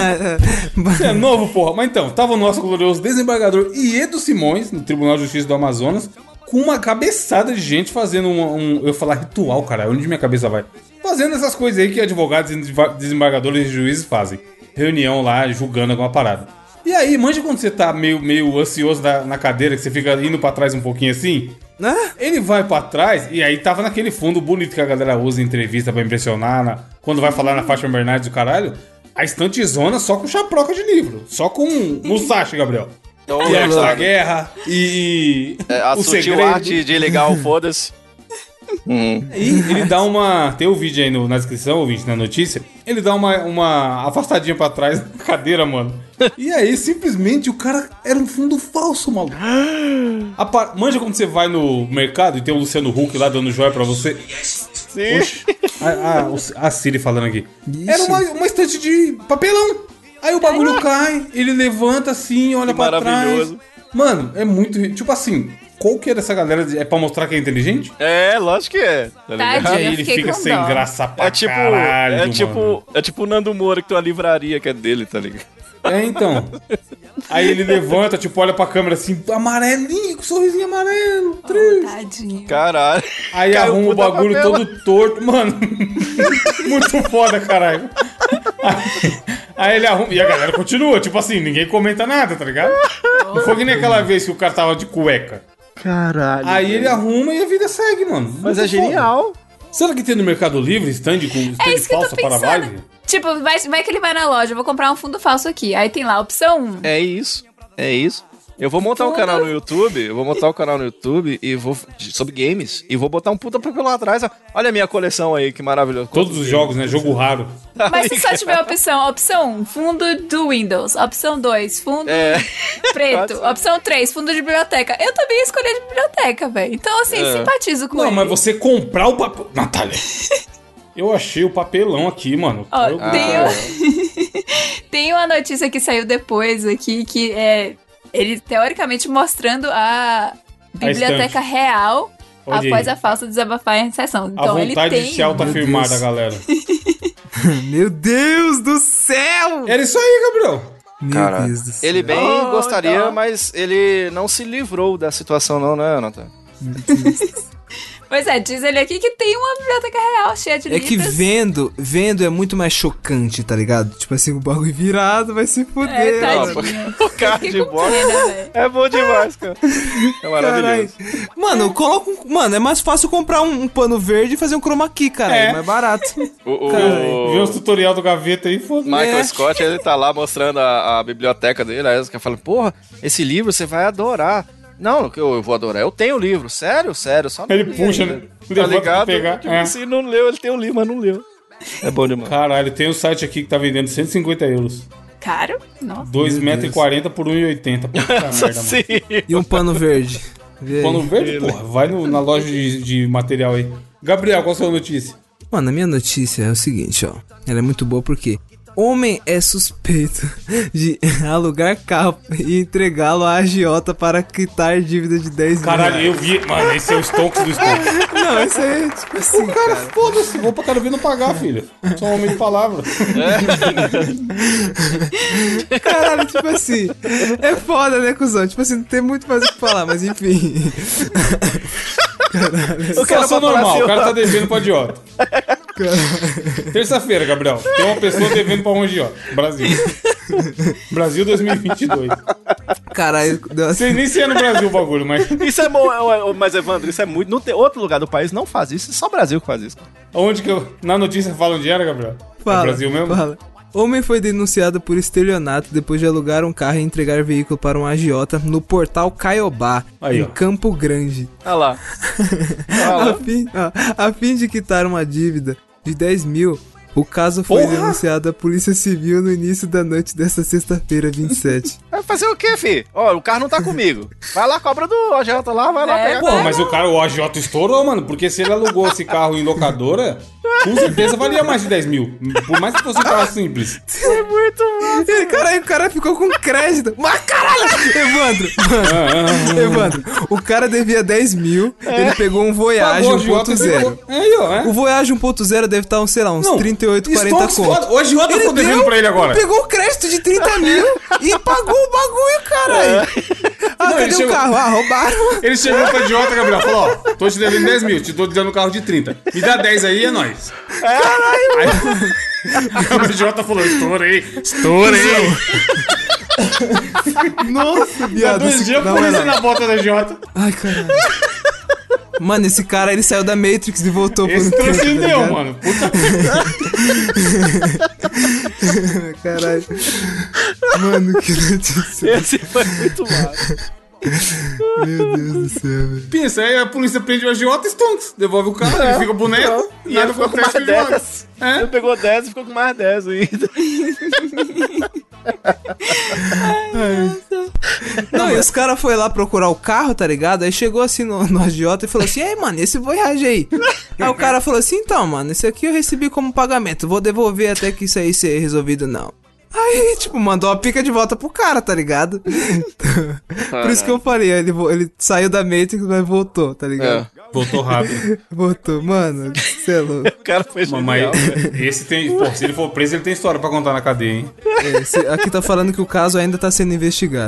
Você é novo, porra. Mas então, tava o nosso glorioso desembargador Iedo Simões, no Tribunal de Justiça do Amazonas, com uma cabeçada de gente fazendo um... um- eu ia falar ritual, cara. Onde minha cabeça vai? Fazendo essas coisas aí que advogados, desembargadores e juízes fazem. Reunião lá, julgando alguma parada. E aí, manja quando você tá meio, meio ansioso na, na cadeira, que você fica indo pra trás um pouquinho assim? Né? Ele vai pra trás e aí tava naquele fundo bonito que a galera usa em entrevista pra impressionar, na- quando vai falar na Fátima Bernardes do caralho, a estantezona só com chaproca de livro, só com Musashi, Gabriel. Então, E a Arte da Guerra, e, e é, a o sutil segredo. arte de ligar o foda-se. Uhum. E ele dá uma... Tem o vídeo aí no- na descrição, o vídeo na notícia. Ele dá uma, uma afastadinha pra trás na cadeira, mano. E aí, simplesmente, o cara era um fundo falso, maluco. A par- Manja quando você vai no mercado e tem o Luciano Huck lá dando joia pra você. Sim. Oxe, a, a, o- a Siri falando aqui. Isso. Era uma, uma estante de papelão. Aí o bagulho cai, ele levanta assim, olha Que pra trás. maravilhoso. Mano, é muito... Tipo assim, qual que é dessa galera? de- É pra mostrar que é inteligente? É, lógico que é. Tá ligado? Tadinho. E aí eu ele fiquei fica com sem dó. graça pra É tipo, caralho, é mano. tipo, é tipo o Nando Moura que tem uma livraria que é dele, tá ligado? É, então. Aí ele levanta, tipo, olha pra câmera assim, amarelinho, sorrisinho amarelo, Oh, triste. tadinho. Caralho. Aí Caiu arruma o puta bagulho papel. todo torto, mano. Muito foda, caralho. Aí, aí ele arruma. E a galera continua, tipo assim, ninguém comenta nada, tá ligado? Não foi que nem aquela vez que o cara tava de cueca. Caralho. Aí ele arruma e a vida segue, mano. Mas Muito é genial. foda. Será que tem no Mercado Livre stand com stand É isso que eu tô falso para pensando. Vive? Tipo, vai, vai que ele vai na loja, eu vou comprar um fundo falso aqui. Aí tem lá, opção um. É isso. É isso. Eu vou montar um Fundo. canal no YouTube, eu vou montar um canal no YouTube e vou sobre games e vou botar um puta papelão atrás. Ó. Olha a minha coleção aí, que maravilhoso. Todos os jogos, né? Jogo raro. Mas se só tiver a opção, opção um, fundo do Windows. Opção dois, fundo É. preto. Opção três, fundo de biblioteca. Eu também escolhi de biblioteca, velho. Então, assim, É. simpatizo com Não, ele. mas você comprar o papel... Natália, eu achei o papelão aqui, mano. Ó, Eu- tem, um- tem uma notícia que saiu depois aqui, que é ele teoricamente mostrando a biblioteca real Olha após aí. a falsa desabafar em sessão. A Então ele vontade tem... de se autoafirmar Meu da Deus. galera. Meu Deus do céu! Era isso aí, Gabriel. Meu Cara, Deus do céu. ele bem Oh, gostaria, não. mas ele não se livrou da situação não, né, Nathan? Pois é, diz ele aqui que tem uma biblioteca real cheia de É que livros. vendo, vendo é muito mais chocante, tá ligado? Tipo assim, o bagulho virado vai se fuder. É, mano. tadinho. O cara Fiquei de com bola pena, velho. é bom demais, cara. É maravilhoso. Caralho. Mano, coloca um, mano, é mais fácil comprar um, um pano verde e fazer um chroma key, cara. É É. mais barato. O, o- Caralho. Vê os tutorial do Gaveta aí, foda-se. Michael É. Scott, ele tá lá mostrando a, a biblioteca dele, aí os caras falam, porra, esse livro você vai adorar. Não, que eu vou adorar. Eu tenho o livro. Sério, sério. Só não Ele li puxa, ainda. né? Tá Levanta pra ligado? pegar, Tipo é. assim, não leu. Ele tem um livro, mas não leu. É bom demais. Caralho, tem um site aqui que tá vendendo cento e cinquenta euros. Caro? Nossa. dois metros e quarenta por um e oitenta. Puta merda, Nossa, mano. sim. E um pano verde. Vê aí. Pano verde, porra. Vai no- na loja de, de material aí. Gabriel, qual a sua notícia? Mano, a minha notícia é o seguinte, ó. Ela é muito boa porque homem é suspeito de alugar carro e entregá-lo à agiota para quitar dívida de dez mil Caralho, reais. eu vi. Mano, esse é o Stonks do Stonks. Não, isso aí é tipo assim, O cara, cara. foda-se. Vou pra cara vir não pagar, filho. Sou um homem de palavra. Caralho, tipo assim. É foda, né, cuzão? Tipo assim, não tem muito mais o que falar, mas enfim. Situação vai falar normal, assim, o cara ó. tá devendo pra idiota. Terça-feira, Gabriel. Tem uma pessoa devendo pra um idiota. Brasil. Brasil dois mil e vinte e dois. Caralho, deu assim. Sei nem se é no Brasil o bagulho, mas Isso é bom, é- é- mas Evandro, isso é muito. Não tem outro lugar do país não faz isso, é só o Brasil que faz isso. onde que eu. Na notícia fala onde era, Gabriel? Fala, É Brasil mesmo? Fala. Homem foi denunciado por estelionato depois de alugar um carro e entregar veículo para um agiota no portal Caiobá, Aí, em ó. Campo Grande. Olha lá. Olha A lá. fim, ó, a fim de quitar uma dívida de dez mil, o caso foi Porra! denunciado à Polícia Civil no início da noite desta sexta-feira, vinte e sete. Vai fazer o quê, fi? Ó, o carro não tá comigo. Vai lá, cobra do agiota lá, vai lá É, pegar. Pô, mas o cara, o A J estourou, mano, porque se ele alugou esse carro em locadora, com certeza valia mais de dez mil. Por mais que fosse um carro simples. É muito massa. E, caralho, o cara ficou com crédito. Mas caralho! Evandro, mano, Evandro, o cara devia dez mil, ele pegou um Voyage Pagou o agiota e um ponto zero. ficou- É aí, ó, é. O Voyage um ponto zero deve estar, uns, sei lá, uns Não, trinta e oito, quarenta Stonks conto. foda. O agiota Ele ficou devendo deu, pra ele agora. Pegou o crédito de trinta mil e pagou o bagulho, caralho. Ah, Não, ele cadê o chegou- carro? Ah, roubaram. Ele chegou pro idiota, Gabriel, falou, ó, tô te devendo dez mil, te tô te dando um carro de trinta. Me dá dez aí, é nóis. Caralho! Aí o idiota falou, estourei, estourei. Nossa, Há viado. dois esse- dias na a polícia moral. na bota da idiota. Ai, caralho. Mano, esse cara, ele saiu da Matrix e voltou Esse por um tempo, tá transcendeu, ligado? mano. Puta Caralho. Mano, que notícia. Esse foi muito massa. Meu Deus do céu, velho. pensa, aí a polícia prende o agiota e Stonks. Devolve o carro, ele fica boneco, E nada ele ficou com acontece mais com o idiota. dez. É. Ele pegou dez e ficou com mais dez ainda. Não, e os caras foram lá procurar o carro, tá ligado? Aí chegou assim no, no agiota e falou assim: ei, mano, esse Voyage aí. Aí o cara falou assim: então, mano, esse aqui eu recebi como pagamento. Vou devolver até que isso aí ser resolvido, não. Aí, tipo, mandou a pica de volta pro cara, tá ligado? Por isso que eu falei, ele, vo- ele saiu da Matrix, mas voltou, tá ligado? É. Voltou rápido. Voltou, mano, você é louco. O cara foi genial. Mas velho. esse tem. Pô, se ele for preso, ele tem história pra contar na cadeia, hein? É, esse- aqui tá falando que o caso ainda tá sendo investigado.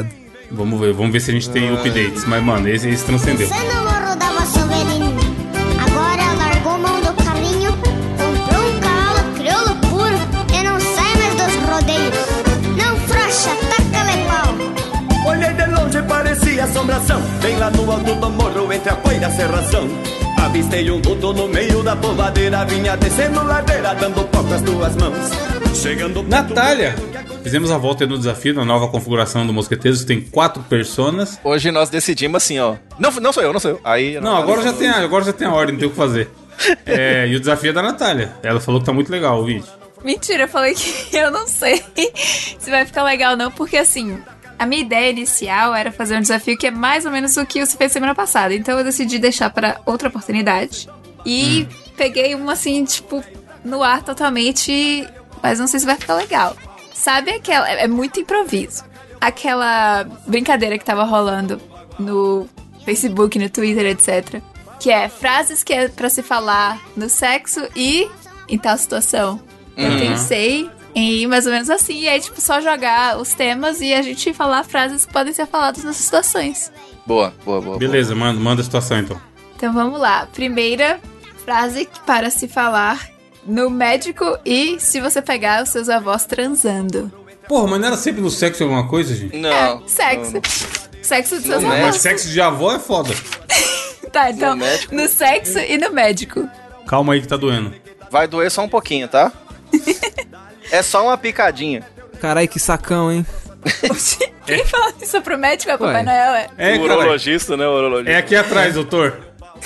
Vamos ver, vamos ver se a gente tem updates. Mas, mano, esse, esse transcendeu. Você no morro dava seu velhinho, agora largou mão do carrinho, comprou um cavalo crioulo puro e não sai mais dos rodeios. Não frouxa, taca-lhe pau. Olhei de longe, parecia assombração, bem lá no alto do morro, entre a poeira e a serração. Avistei um vulto no meio da polvadeira, vinha descendo ladeira, dando pó com as duas mãos. Chegando perto, Natália! Fizemos a volta no desafio, na nova configuração do Mosqueteiros, que tem quatro personas. Hoje nós decidimos assim, ó. Não, não sou eu, não sou eu. Aí, Não, agora já, tem a, agora já tem a ordem, não tem o que fazer. É, e o desafio é da Natália. Ela falou que tá muito legal o vídeo. Mentira, eu falei que eu não sei se vai ficar legal não, porque assim, a minha ideia inicial era fazer um desafio que é mais ou menos o que você fez semana passada. Então eu decidi deixar pra outra oportunidade. E hum. peguei um assim, tipo, no ar totalmente, mas não sei se vai ficar legal. Sabe aquela... É muito improviso. Aquela brincadeira que tava rolando no Facebook, no Twitter, etcétera. Que é frases que é pra se falar no sexo e em tal situação. Uhum. Eu pensei em ir mais ou menos assim. E aí, tipo, só jogar os temas e a gente falar frases que podem ser faladas nessas situações. Boa, boa, boa. Beleza, boa. Manda, manda a situação então. Então vamos lá. Primeira frase para se falar no médico e se você pegar os seus avós transando. Porra, mas não era sempre no sexo alguma coisa, gente? Não. É, sexo. Não. Sexo dos seus No avós. Mas sexo de avó é foda. Tá, então, No médico. no sexo e no médico. Calma aí que tá doendo. Vai doer só um pouquinho, tá? É só uma picadinha. Carai, que sacão, hein? Quem fala isso pro médico é Papai Ué. Noel, é? É, o cara. urologista, né? O urologista. É aqui atrás, doutor.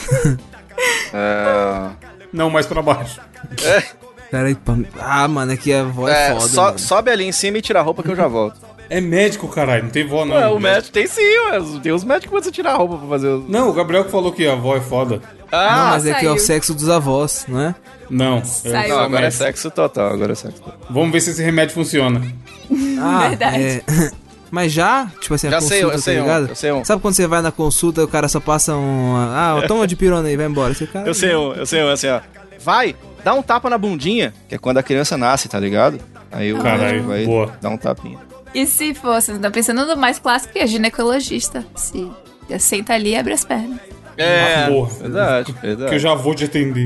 É... Não, mais pra baixo. Carai, pá. Ah, mano, aqui a voz é É, foda, so- mano. sobe ali em cima e tira a roupa que eu já volto. É médico, caralho. Não tem vó, não. Ué, o médico tem sim, ué. Tem os médicos que você tirar a roupa pra fazer os... Não, o Gabriel que falou que a avó é foda. Não, Ah, mas é que é o saiu. sexo dos avós, não é? Não. eu Saiu. sou não, agora é médico. sexo total, agora é sexo total. Vamos ver se esse remédio funciona. Ah, Verdade. é. Mas já, tipo assim, a Já consulta, sei, eu sei tá um, ligado? eu sei um. Sabe quando você vai na consulta e o cara só passa um... Ah, toma de pirona aí, vai embora. Você, cara, Eu sei um, eu sei um, assim, ó. Vai, dá um tapa na bundinha, que é quando a criança nasce, tá ligado? Aí o Caralho, médico vai boa. dar um tapinha. E se fosse, tá pensando no mais clássico que é ginecologista. Se senta ali e abre as pernas. É, Ah, porra. verdade, verdade. Que eu já vou te atender.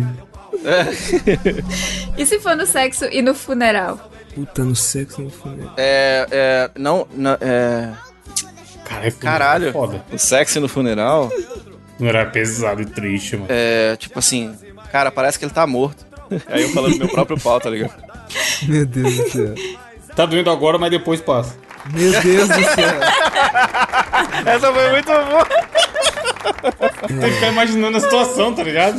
E se for no sexo e no funeral? Puta, no sexo no funeral. É, é, não, não, é... Caralho, Caralho, foda. o sexo no funeral, Não era pesado e triste, mano. é, tipo assim, cara, parece que ele tá morto. Aí eu falando do meu próprio pau, tá ligado? Meu Deus do céu. Tá doendo agora, mas depois passa. Meu Deus do céu. Essa foi muito boa. Tem que ficar imaginando a situação, tá ligado?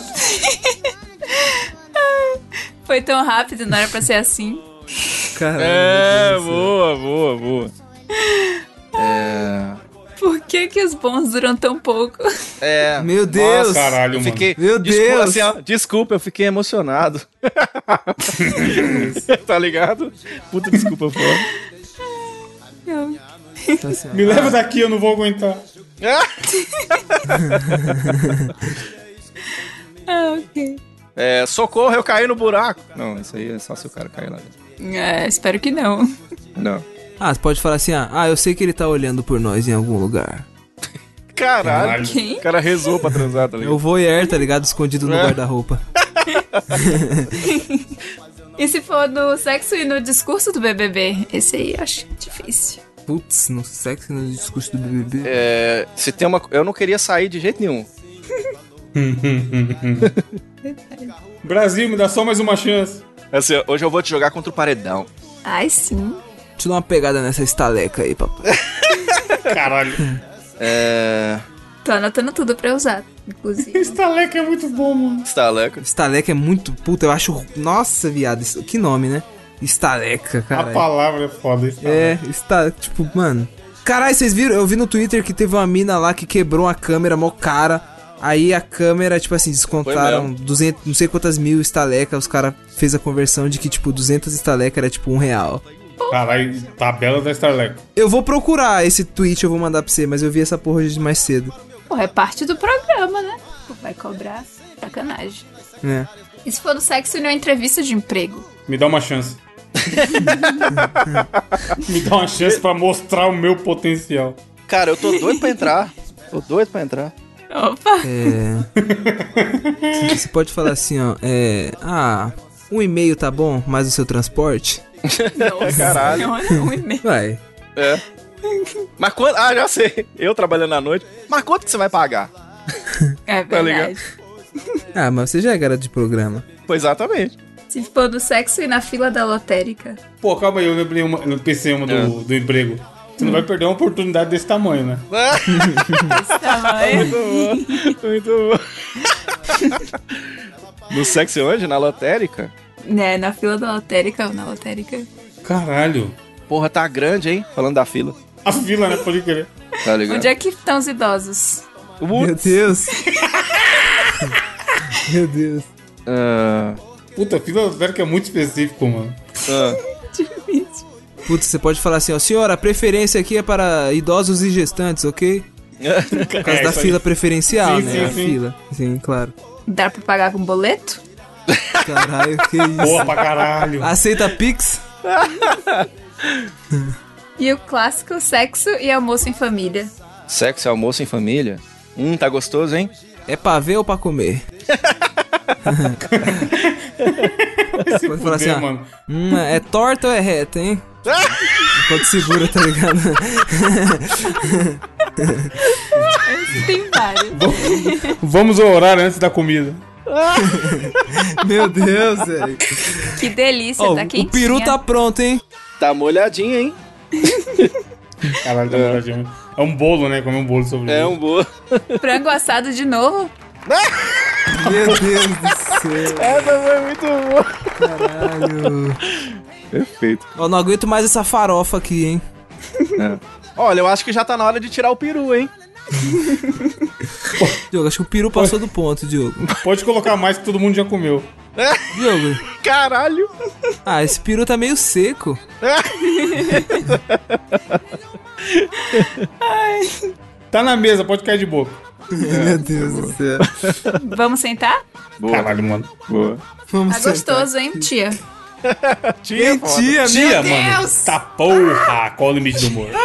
Foi tão rápido, não era pra ser assim. Caralho. É, meu Deus do céu. boa, boa, boa. É... Por que que os bons duram tão pouco? É... Meu Deus. Nossa, caralho, Eu mano. fiquei... Meu Desculpa, Deus. assim, ó, desculpa, eu fiquei emocionado. Tá ligado? Puta desculpa, pô. Tá assim, ó. Me leva daqui, eu não vou aguentar. Ah, ok. É, socorro, eu caí no buraco. Não, isso aí é só se o cara cair lá dentro. É, espero que não. Não. Ah, você pode falar assim, ah, ah, eu sei que ele tá olhando por nós em algum lugar. Caralho. Quem? O cara rezou pra transar, tá ligado? Eu voyeur, tá ligado? Escondido no É. guarda-roupa. E se for no sexo e no discurso do B B B? Esse aí eu acho difícil. Putz, no sexo e no discurso do B B B. É, se tem uma... Eu não queria sair de jeito nenhum. Brasil, me dá só mais uma chance. Assim, ó, hoje eu vou te jogar contra o paredão. Ai, sim. Deixa eu dar uma pegada nessa estaleca aí, papai. Caralho. É... Tô anotando tudo pra usar, inclusive. Esse taleca é muito bom, mano. Estaleca. Estaleca é muito... Puta, eu acho... Nossa, viado. isso- Que nome, né? Estaleca, A cara. palavra é foda. Esse É, está... Tipo, mano... Caralho, vocês viram? Eu vi no Twitter que teve uma mina lá que quebrou a câmera mó cara. Aí a câmera, tipo assim, descontaram duzentos, não sei quantas mil estaleca. Os caras fez a conversão de que, tipo, duzentas estaleca era tipo um real. Caralho, tabela da Starleca. Eu vou procurar esse tweet, eu vou mandar pra você, mas eu vi essa porra hoje mais cedo. Porra, é parte do programa, né? Vai cobrar sacanagem. Né? E se for no sexo e numa entrevista de emprego? Me dá uma chance. Me dá uma chance pra mostrar o meu potencial. Cara, eu tô doido pra entrar. Tô doido pra entrar. Opa! É. Você pode falar assim, ó. É. Ah, um e-mail tá bom, mas o seu transporte? Nossa, Caralho. Um e-mail. Vai. É. Mas quanto... Ah, já sei. Eu trabalhando à noite. Mas quanto que você vai pagar? É Tá verdade. Ah, mas você já é garoto de programa. Pois exatamente. Se for do sexo e na fila da lotérica. Pô, calma aí, eu lembrei uma, eu pensei uma do, É. do emprego. Você não vai perder uma oportunidade desse tamanho, né? Esse tamanho. Muito bom. No sexo onde? Na lotérica? Né, na fila da lotérica ou na lotérica. Caralho. Porra, tá grande, hein? Falando da fila. A fila, né? Pode crer. Tá ligado? Onde é que estão os idosos? Meu Deus. Meu Deus. Ah, Puta, a fila velho que é muito específico, mano. ah. Difícil. Putz, você pode falar assim, ó. Senhora, a preferência aqui é para idosos e gestantes, ok? Por causa É, da isso aí. fila preferencial, Sim, né? sim, a sim. fila. Sim, claro. Dá pra pagar com boleto? Caralho, que isso. Boa pra caralho. Aceita Pix? E o clássico sexo e almoço em família. Sexo e almoço em família? Hum, tá gostoso, hein? É pra ver ou pra comer? Se Pode falar assim, fuder, ó. mano. Hum, é torta ou é reta, hein? Enquanto segura, tá ligado? Tem vários. Vamos ao horário antes da comida. Meu Deus, velho. Que delícia, Ó, tá o quentinha. peru tá pronto, hein? Tá molhadinho, hein? Caralho, tá molhadinho. É um bolo, né? Comer um bolo sobre É um boa. Frango assado de novo. Meu Deus do céu. Essa foi muito boa. Caralho. Perfeito. Ó, não aguento mais essa farofa aqui, hein? Olha, eu acho que já tá na hora de tirar o peru, hein? Diogo, acho que o peru passou do ponto, Diogo. Pode colocar mais que todo mundo já comeu. Diogo, Caralho. ah, esse peru tá meio seco. Tá na mesa, pode cair de boca. Meu Deus do céu. Vamos sentar? Boa. Caralho, mano. Boa. Vamos Tá sentar. gostoso, hein, tia? Tia, Ei, tia, Tia, Meu mano. Deus! Tá porra. Qual o limite do humor?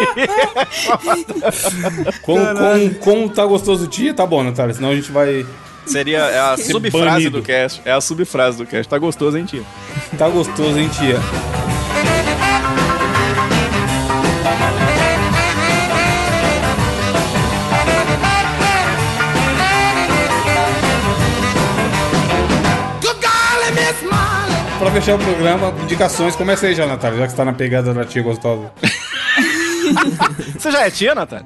como, como, como tá gostoso tia, tá bom, Natália. Senão a gente vai... Seria é a Ser subfrase banido. do cast. É a subfrase do cast. Tá gostoso, hein, tia? Tá gostoso, hein, tia? Pra fechar o programa, indicações. Começa aí já, Natália, já que você tá na pegada da tia gostosa. Você já é tia, Natália?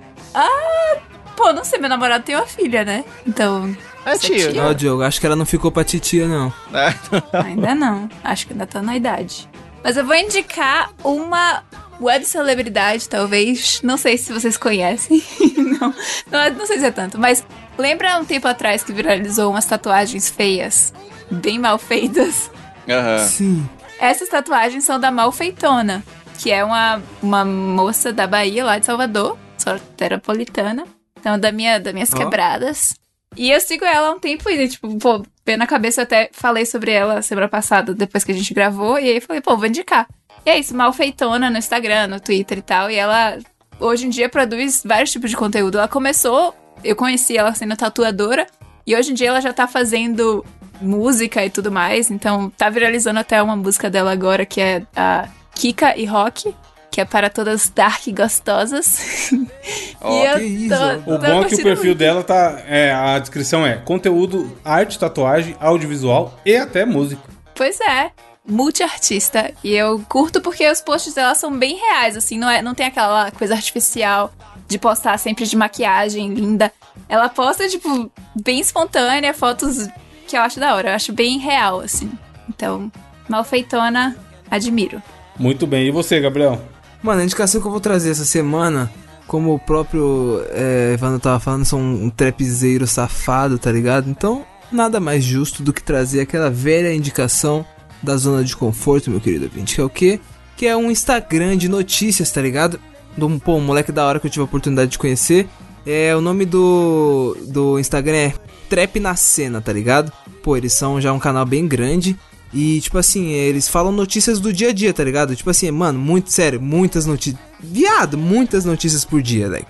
Pô, não sei, meu namorado tem uma filha, né? Então. É Você tia. tia? Ó, Diogo, acho que ela não ficou pra titia, não. É. Ainda não. Acho que ainda tá na idade. Mas eu vou indicar uma web celebridade, talvez. Não sei se vocês conhecem. não, não, é- não sei se é tanto. Mas lembra um tempo atrás que viralizou umas tatuagens feias? Bem mal feitas. Aham. Sim. Essas tatuagens são da Malfeitona, que é uma, uma moça da Bahia, lá de Salvador, soteropolitana. Então, da minha, das minhas Ó. quebradas. E eu sigo ela há um tempo e, tipo, pô, pé na cabeça eu até falei sobre ela semana passada, depois que a gente gravou. E aí eu falei, pô, vou indicar. E é isso, Malfeitona no Instagram, no Twitter e tal. E ela, hoje em dia, produz vários tipos de conteúdo. Ela começou, eu conheci ela sendo tatuadora. E hoje em dia ela já tá fazendo música e tudo mais. Então, tá viralizando até uma música dela agora, que é a Kika e Rock, que é para todas dark e gostosas. Ó, e eu que isso, tô, ó. O tô bom é que o curtindo perfil muito. dela tá... É, a descrição é conteúdo, arte, tatuagem, audiovisual e até música. Pois é, multiartista. E eu curto porque os posts dela são bem reais, assim, não, é, não tem aquela coisa artificial de postar sempre de maquiagem linda. Ela posta, tipo, bem espontânea, fotos que eu acho da hora. Eu acho bem real, assim. Então, Malfeitona, admiro. Muito bem. E você, Gabriel? Mano, a indicação que eu vou trazer essa semana, como o próprio é, Evandro tava falando, sou um, um trapzeiro safado, tá ligado? Então, nada mais justo do que trazer aquela velha indicação da zona de conforto, meu querido ouvinte, que é o quê? Que é um Instagram de notícias, tá ligado? De um, pô, um moleque da hora que eu tive a oportunidade de conhecer. É, o nome do, do Instagram é Trap na Cena, tá ligado? Pô, eles são já um canal bem grande. E, tipo assim, eles falam notícias do dia a dia, tá ligado? Tipo assim, mano, muito sério, muitas notícias. Viado, muitas notícias por dia, leque.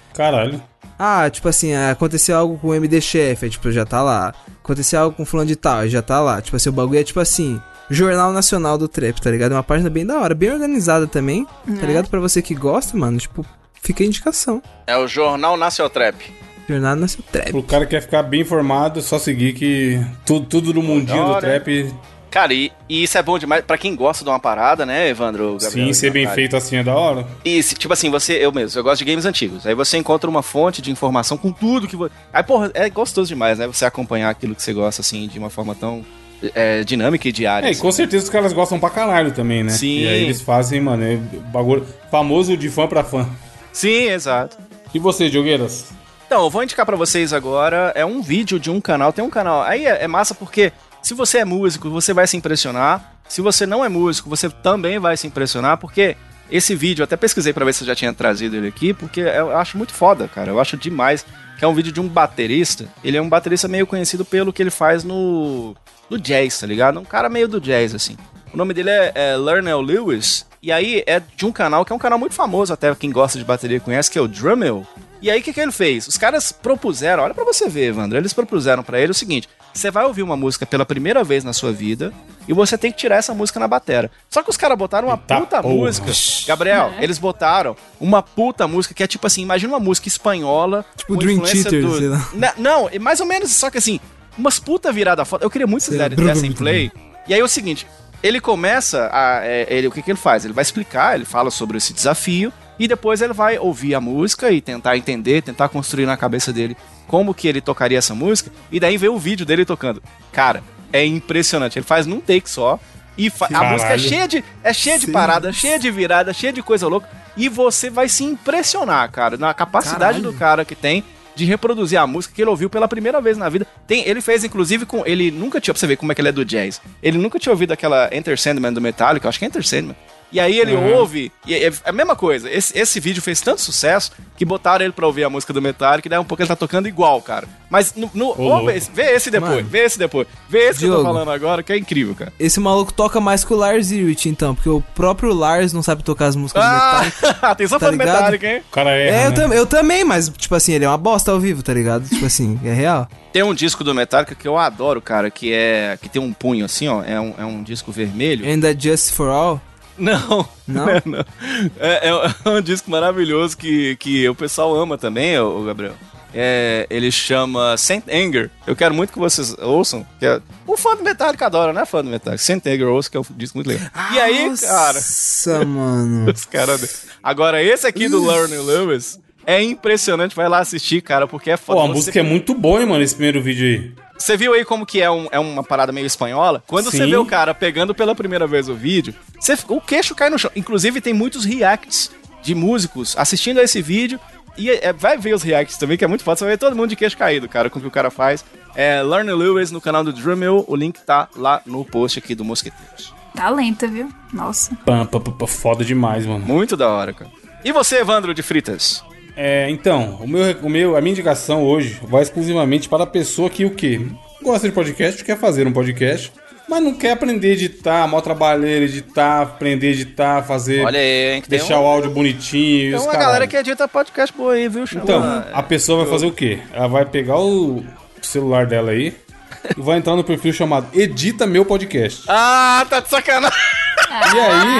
Caralho. Ah, tipo assim, aconteceu algo com o M D Chef, aí, tipo, já tá lá. Aconteceu algo com fulano de tal, já tá lá. Tipo assim, o bagulho é tipo assim, Jornal Nacional do Trap, tá ligado? É uma página bem da hora, bem organizada também, tá ligado? Pra você que gosta, mano, tipo, fica a indicação. É o Jornal Nacional Trap. Jornal Nacional Trap. Pro cara que quer ficar bem informado, é só seguir que tudo, tudo no mundinho do trap... Cara, e, e isso é bom demais pra quem gosta de uma parada, né, Evandro? Gabriel, Sim, ser bem cara. feito assim é da hora. E, se- tipo assim, você, eu mesmo, eu gosto de games antigos. Aí você encontra uma fonte de informação com tudo que você... Aí, porra, é gostoso demais, né? Você acompanhar aquilo que você gosta, assim, de uma forma tão é, dinâmica e diária. É, e assim. com certeza os caras gostam pra caralho também, né? Sim. E aí eles fazem, mano, é bagulho famoso de fã pra fã. Sim, exato. E você, Diogueiras? Então, eu vou indicar pra vocês agora, é um vídeo de um canal, tem um canal, aí é, é massa porque se você é músico, você vai se impressionar, se você não é músico, você também vai se impressionar, porque esse vídeo, eu até pesquisei pra ver se eu já tinha trazido ele aqui, porque eu acho muito foda, cara, eu acho demais, que é um vídeo de um baterista, ele é um baterista meio conhecido pelo que ele faz no, no jazz, tá ligado? Um cara meio do jazz, assim. O nome dele é, é Lernell Lewis, e aí é de um canal que é um canal muito famoso, até quem gosta de bateria conhece, que é o Drummel. E aí o que, que ele fez? Os caras propuseram, olha pra você ver, Evandro, eles propuseram pra ele o seguinte: você vai ouvir uma música pela primeira vez na sua vida e você tem que tirar essa música na batera. Só que os caras botaram uma Eita puta porra. música. Gabriel, eles botaram uma puta música que é tipo assim, imagina uma música espanhola. Tipo com Dream influência Theater, sei lá. Na- Não, é mais ou menos, só que assim, umas puta virada foda. Eu queria muito que vocês Sei lá, dessem em play. E aí é o seguinte, ele começa a... é, ele, o que, que ele faz? Ele vai explicar, ele fala sobre esse desafio e depois ele vai ouvir a música e tentar entender, tentar construir na cabeça dele como que ele tocaria essa música, e daí ver o vídeo dele tocando. Cara, é impressionante. Ele faz num take só, e fa- a Caralho. música é cheia de, é cheia de Sim. parada, cheia de virada, cheia de coisa louca, e você vai se impressionar, cara, na capacidade Caralho. do cara que tem de reproduzir a música que ele ouviu pela primeira vez na vida. Tem, ele fez, inclusive, com... Ele nunca tinha... Pra você ver como é que ele é do jazz. Ele nunca tinha ouvido aquela Enter Sandman do Metallica, eu acho que é Enter Sandman. E aí ele Uhum. ouve, e é é a mesma coisa. Esse, esse vídeo fez tanto sucesso que botaram ele pra ouvir a música do Metallica, e daí um pouco ele tá tocando igual, cara. Mas no, no, Ô, ouve louco. esse, vê esse depois, Mano. vê esse depois. Vê esse que eu tô Diogo. falando agora, que é incrível, cara. Esse maluco toca mais que o Lars Ulrich, então, porque o próprio Lars não sabe tocar as músicas do Metallica. Ah, atenção Tá fã do ligado? Metallica, hein? O cara erra, É, eu, né? tam- eu também, mas, tipo assim, ele é uma bosta ao vivo, tá ligado? Tipo assim, é real. Tem um disco do Metallica que eu adoro, cara, que é... que tem um punho assim, ó, é um, é um disco vermelho. And the Just for All. Não, Não? é, não. É, é um disco maravilhoso que, que o pessoal ama também, o Gabriel. É, ele chama Saint Anger. Eu quero muito que vocês ouçam. Que é, o fã do Metallica adora, né? Fã do Metallica. Saint Anger, ouça, que é um disco muito legal. E aí, cara... Nossa, mano. Os caras... Agora, esse aqui do Lernell Lewis é impressionante. Vai lá assistir, cara, porque é Pô, foda. a Você- música é muito boa, hein, mano, esse primeiro vídeo aí. Você viu aí como que é, um- é uma parada meio espanhola? Quando você Sim. vê o cara pegando pela primeira vez o vídeo, você- o queixo cai no chão. Inclusive, tem muitos reacts de músicos assistindo a esse vídeo. E é, vai ver os reacts também, que é muito foda. Você vai ver todo mundo de queixo caído, cara, com o que o cara faz. É Lernell Lewis no canal do Drummel. O link tá lá no post aqui do Mosqueteiros. Talento, viu? Nossa. Pam, pam, pam, pam, foda demais, mano. Muito da hora, cara. E você, Evandro de Fritas? É, então, o meu, o meu, a minha indicação hoje vai exclusivamente para a pessoa que o quê? Gosta de podcast, quer fazer um podcast, mas não quer aprender a editar, mó trabalheiro, editar, aprender a editar, fazer, Olha aí, hein, que tem deixar um- o áudio bonitinho. e Tem os uma caralho. galera que edita podcast boa aí, viu? Chama- Então, a pessoa vai fazer o quê? Ela vai pegar o celular dela aí e vai entrar no perfil chamado Edita Meu Podcast. Ah, tá de sacanagem. E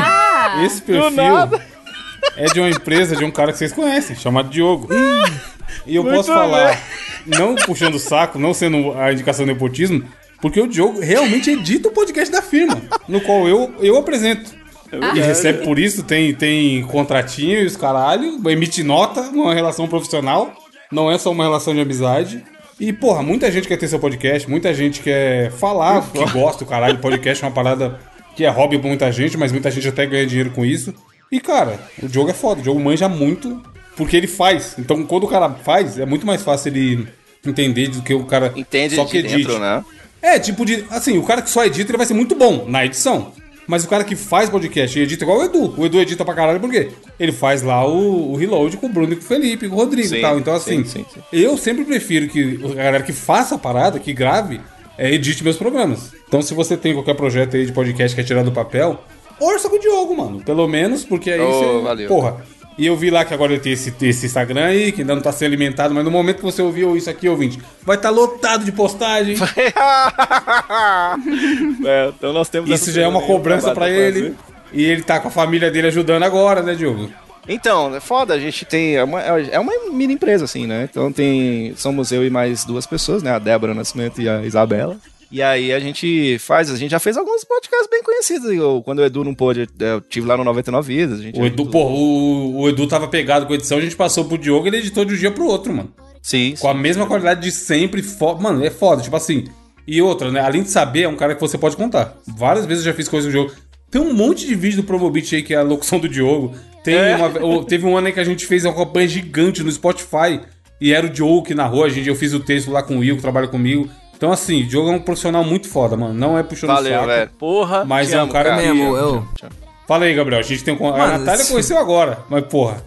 aí, esse perfil nada. é de uma empresa, de um cara que vocês conhecem, chamado Diogo. E eu Muito posso falar, não puxando o saco, não sendo a indicação do nepotismo, porque o Diogo realmente edita o podcast da firma, no qual eu, eu apresento. E recebe por isso, tem, tem contratinho e os caralho, emite nota numa relação profissional, não é só uma relação de amizade. E, porra, muita gente quer ter seu podcast, muita gente quer falar que gosta do caralho. Podcast é uma parada que é hobby pra muita gente, mas muita gente até ganha dinheiro com isso. E, cara, o Diogo é foda, o Diogo manja muito porque ele faz. Então, quando o cara faz, é muito mais fácil ele entender do que o cara Entende só que de edite. dentro, né? É, tipo de... Assim, o cara que só edita, ele vai ser muito bom na edição. Mas o cara que faz podcast e edita igual o Edu. O Edu edita pra caralho por quê? Ele faz lá o, o reload com o Bruno e com o Felipe, com o Rodrigo Sim, e tal. Então, sim, assim, sim, sim. eu sempre prefiro que a galera que faça a parada, que grave, é, edite meus programas. Então, se você tem qualquer projeto aí de podcast que é tirar do papel, orça com o Diogo, mano. Pelo menos, porque aí Oh, você... valeu. Porra, E eu vi lá que agora tem esse, esse Instagram aí, que ainda não tá sendo alimentado, mas no momento que você ouviu isso aqui, ouvinte, vai estar tá lotado de postagem. É, então nós temos isso já é uma cobrança pra ele. Fazer. E ele tá com a família dele ajudando agora, né, Diogo? Então, é foda, a gente tem... É uma, é uma mini empresa, assim, né? Então tem... Somos eu e mais duas pessoas, né? A Débora Nascimento e a Isabela. E aí a gente faz, a gente já fez alguns podcasts bem conhecidos. Eu, quando o Edu não pôde, eu tive lá no noventa e nove Vidas. A gente o, Edu, pô, o, o Edu tava pegado com a edição, a gente passou pro Diogo e ele editou de um dia pro outro, mano. Sim. Com sim, a mesma sim. qualidade de sempre. Fo... Mano, é foda, tipo assim. E outra, né? Além de saber, é um cara que você pode contar. Várias vezes eu já fiz coisa do Diogo. Tem um monte de vídeo do Promobit aí que é a locução do Diogo. Tem é. uma, teve um ano aí que a gente fez uma campanha gigante no Spotify. E era o Diogo que narrou, a gente, eu fiz o texto lá com o Will, que trabalha comigo. Então, assim, o Diogo é um profissional muito foda, mano. Não é puxando Valeu, saco. velho. Porra. Mas é um amo, cara cara. que... Mesmo, eu... Fala aí, Gabriel. A gente tem um... Mano, a Natália esse... conheceu agora. Mas, porra,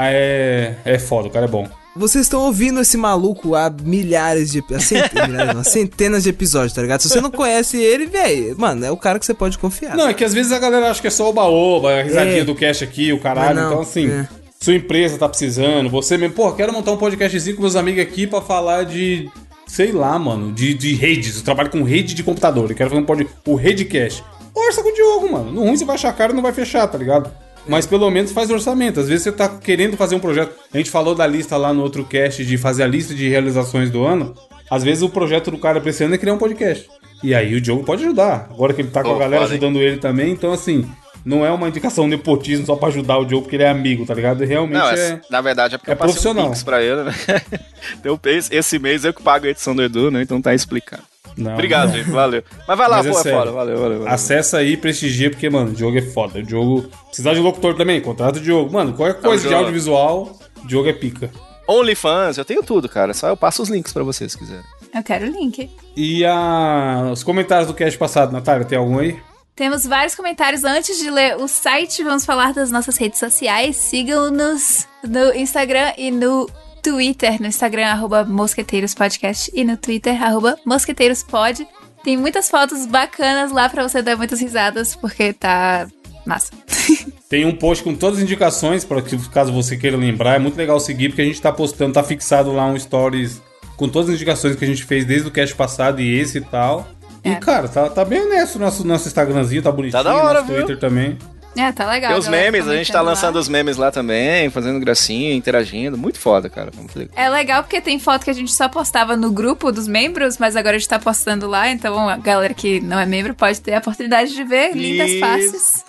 é... é foda, o cara é bom. Vocês estão ouvindo esse maluco há milhares de... Centenas, não, centenas de episódios, tá ligado? Se você não conhece ele, velho, mano, é o cara que você pode confiar. Não, é que às vezes a galera acha que é só oba-oba, a risadinha é. do cast aqui, o caralho. Não, então, assim... É. Sua empresa tá precisando, você mesmo... Pô, quero montar um podcastzinho com meus amigos aqui pra falar de... Sei lá, mano, de, de redes. Eu trabalho com rede de computador. Eu quero fazer um pod... O Redcast. Orça com o Diogo, mano. No ruim você vai achar caro e não vai fechar, tá ligado? Mas pelo menos faz orçamento. Às vezes você tá querendo fazer um projeto. A gente falou da lista lá no outro cast de fazer a lista de realizações do ano. Às vezes o projeto do cara pra esse ano é criar um podcast. E aí o Diogo pode ajudar. Agora que ele tá com oh, a galera foda, ajudando ele também. Então, assim... Não é uma indicação de nepotismo só pra ajudar o Diogo porque ele é amigo, tá ligado? Realmente não, é... Na verdade é porque é eu passei profissional. um Pix pra ele, né? Então, esse mês eu que pago a edição do Edu, né? Então tá explicado. Não, Obrigado, não. gente. Valeu. Mas vai lá, Mas pô, é, é foda. Valeu, valeu, valeu. Acessa aí, prestigia, porque, mano, o Diogo é foda. O Diogo... Precisar de locutor também, contrata o Diogo. Mano, qualquer coisa é de audiovisual, o Diogo é pica. OnlyFans, eu tenho tudo, cara. Só eu passo os links pra vocês, se quiserem. Eu quero o link. E a... os comentários do cast passado, Natália, tem algum aí? Temos vários comentários. Antes de ler o site, vamos falar das nossas redes sociais. Sigam-nos no Instagram e no Twitter. No Instagram, arroba mosqueteirospodcast, e no Twitter, arroba mosqueteirospod. Tem muitas fotos bacanas lá pra você dar muitas risadas, porque tá massa. Tem um post com todas as indicações, para que caso você queira lembrar. É muito legal seguir, porque a gente tá postando, tá fixado lá um stories com todas as indicações que a gente fez desde o cast passado e esse e tal. E, é. cara, tá, tá bem honesto o nosso, nosso Instagramzinho, tá bonitinho, tá da hora, nosso Twitter viu? também. É, tá legal. Tem os memes, a gente tá lançando lá. Os memes lá também, fazendo gracinha, interagindo. Muito foda, cara. É legal porque tem foto que a gente só postava no grupo dos membros, mas agora a gente tá postando lá, então a galera que não é membro pode ter a oportunidade de ver lindas faces.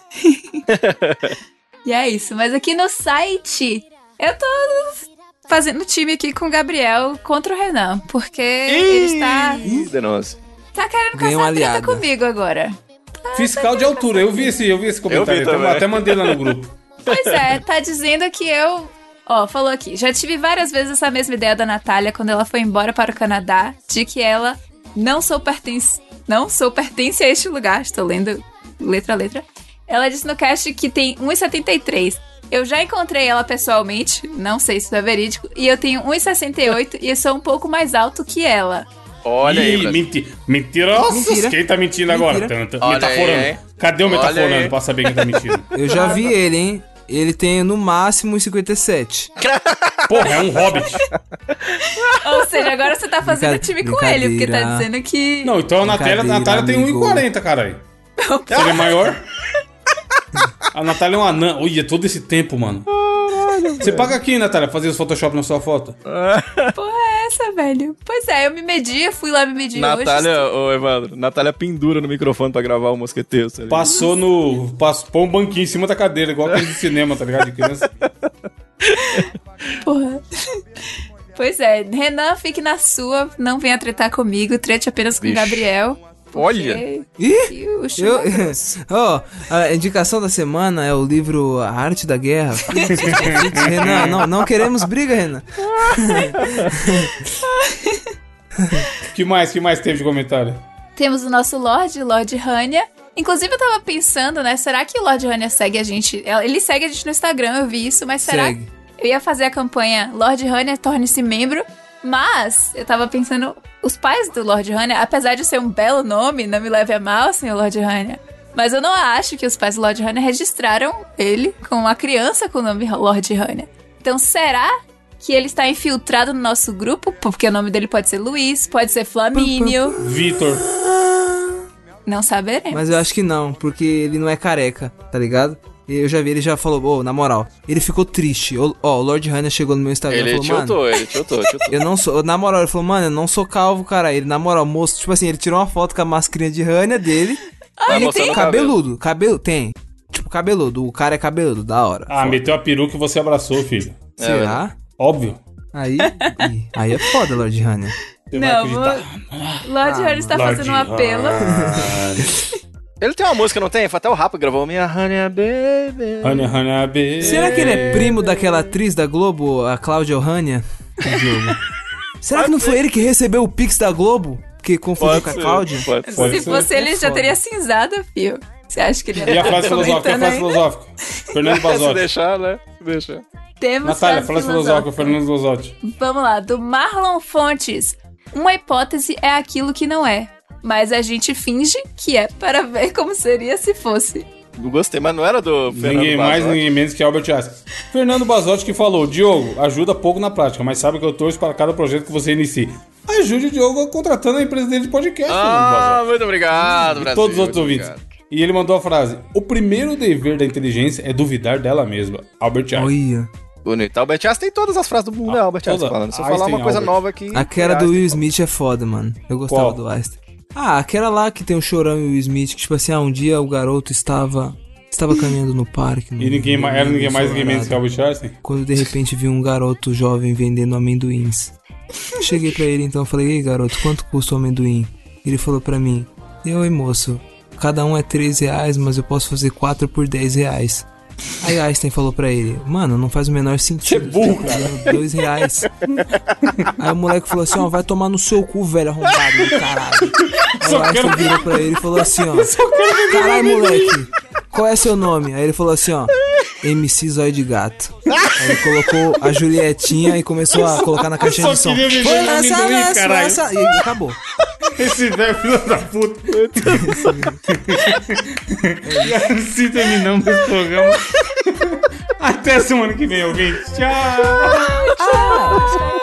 E é isso, mas aqui no site, eu tô fazendo time aqui com o Gabriel contra o Renan, porque Ih, ele está... Denúncia. Tá querendo caçar treta comigo agora. Tá, Fiscal tá de altura, eu vi esse, eu vi esse comentário, eu vi até mandei lá no grupo. Pois é, tá dizendo que eu... Ó, falou aqui, já tive várias vezes essa mesma ideia da Natália quando ela foi embora para o Canadá, de que ela não sou pertence, não sou pertence a este lugar, estou lendo letra a letra. Ela disse no cast que tem um e setenta e três. Eu já encontrei ela pessoalmente, não sei se isso é verídico, e eu tenho um e sessenta e oito e eu sou um pouco mais alto que ela. Olha Ih, aí, menti Mentirosos! Mentira. Quem tá mentindo Mentira. agora? Tanto. Metaforando. Aí, Cadê o Olha metaforando aí. Pra saber quem tá mentindo? Eu já vi ele, hein? Ele tem no máximo um e cinquenta e sete. Porra, é um hobbit. Ou seja, agora você tá fazendo time com ele, porque tá dizendo que... Não, então a Natália, a Natália tem um e quarenta, caralho. Seria maior? A Natália é uma anã. Olha, todo esse tempo, mano. Caralho, você paga aqui, Natália, fazer os Photoshop na sua foto? Porra, é essa, velho? Pois é, eu me medi, fui lá me medir Natália, hoje. Natália, ô Evandro, Natália pendura no microfone pra gravar o Mosqueteiro. Tá Passou no... Passou, pôr um banquinho em cima da cadeira, igual aquele de cinema, tá ligado? De criança. Porra. Pois é, Renan, fique na sua, não venha tretar comigo, trete apenas com o Gabriel. Olha! Ih! Ó, oh, a indicação da semana é o livro A Arte da Guerra. Renan, não, não queremos briga, Renan. Que mais, que mais teve de comentário? Temos o nosso Lorde, Lorde Hania. Inclusive eu tava pensando, né, será que o Lorde Hania segue a gente? Ele segue a gente no Instagram, eu vi isso, mas será segue. Eu ia fazer a campanha Lorde Hania, torne-se membro. Mas, eu tava pensando, os pais do Lorde Hania, apesar de ser um belo nome, não me leve a mal, senhor Lorde Hania, Mas eu não acho que os pais do Lord Hanna registraram ele com uma criança com o nome Lord Hanna. Então, será que ele está infiltrado no nosso grupo? Porque o nome dele pode ser Luiz, pode ser Flamínio. Vitor. Não saberemos. Mas eu acho que não, porque ele não é careca, tá ligado? Eu já vi, ele já falou, ô, oh, na moral, ele ficou triste. Ó, oh, o Lord Hanna chegou no meu Instagram ele e falou, mano... tiltou, ele tiltou, tiltou. Eu não sou... Na moral, ele falou, mano, eu não sou calvo, cara. Ele, na moral, moço, tipo assim, ele tirou uma foto com a mascarinha de Hanna dele. Ah, ele tem cabeludo, cabelo, tem. Tipo, cabeludo, o cara é cabeludo, da hora. Ah, foda. Meteu a peruca e você abraçou, filho. Será? É, óbvio. Aí, aí é foda, Lord Hanna. Você não, vou... Lord ah, Hanna está Lord fazendo um apelo. Ele tem uma música, não tem? Foi até o Rapa gravou Minha Honey Baby. Honey, honey, baby. Será que ele é primo daquela atriz da Globo, a Cláudia Ohania? Será pode que não ser. Foi ele que recebeu o Pix da Globo? Que confundiu com a Cláudia? Pode, pode Se fosse ser. Ele, já teria cinzado, filho. Você acha que ele ia... E a frase filosófica? E a frase filosófica? Fernando Basotti. Se deixar, né? Deixa. Temos Natália, frase filosófica, Fernando Basotti. Vamos lá, do Marlon Fontes. Uma hipótese é aquilo que não é. Mas a gente finge que é para ver como seria se fosse. Não gostei, mas não era do Fernando Ninguém Basotti. mais, ninguém menos que Albert Einstein. Fernando Basotti que falou, Diogo, ajuda pouco na prática, mas sabe que eu torço para cada projeto que você inicie. Ajude o Diogo contratando a empresa dele de podcast. Ah, muito obrigado, Brasil. E todos os outros ouvintes. Obrigado. E ele mandou a frase, o primeiro dever da inteligência é duvidar dela mesma. Albert Einstein. Olha. Bonito. Albert Einstein tem todas as frases do mundo, ah, é Albert Einstein falando. Se eu falar uma coisa Albert. nova aqui... Aquela do Will Smith é foda, mano. Eu gostava Qual? do Einstein. Ah, aquela lá que tem o Chorão e o Will Smith, que tipo assim, ah, um dia o garoto estava estava caminhando no parque. No e ninguém mais, era ninguém mais ninguém menos que Albert Einstein? Quando de repente vi um garoto jovem vendendo amendoins. Cheguei pra ele então, falei, ei garoto, quanto custa o amendoim? Ele falou pra mim, oi moço, cada um é três reais, mas eu posso fazer quatro por dez reais. Aí Einstein falou pra ele, mano, não faz o menor sentido. Que burro, cara. Dois reais. Aí o moleque falou assim, ó, vai tomar no seu cu, velho arrombado do caralho. Aí o Einstein quero... virou pra ele e falou assim, ó, caralho, moleque, qual é seu nome? Aí ele falou assim, ó, M C Zóio de Gato. Aí ele colocou a Julietinha e começou a colocar na caixinha de som. Foi nessa, nessa, nessa. E acabou. Esse velho filho da puta. E assim terminamos esse programa. Até semana que vem, ouvinte. Tchau. Tchau.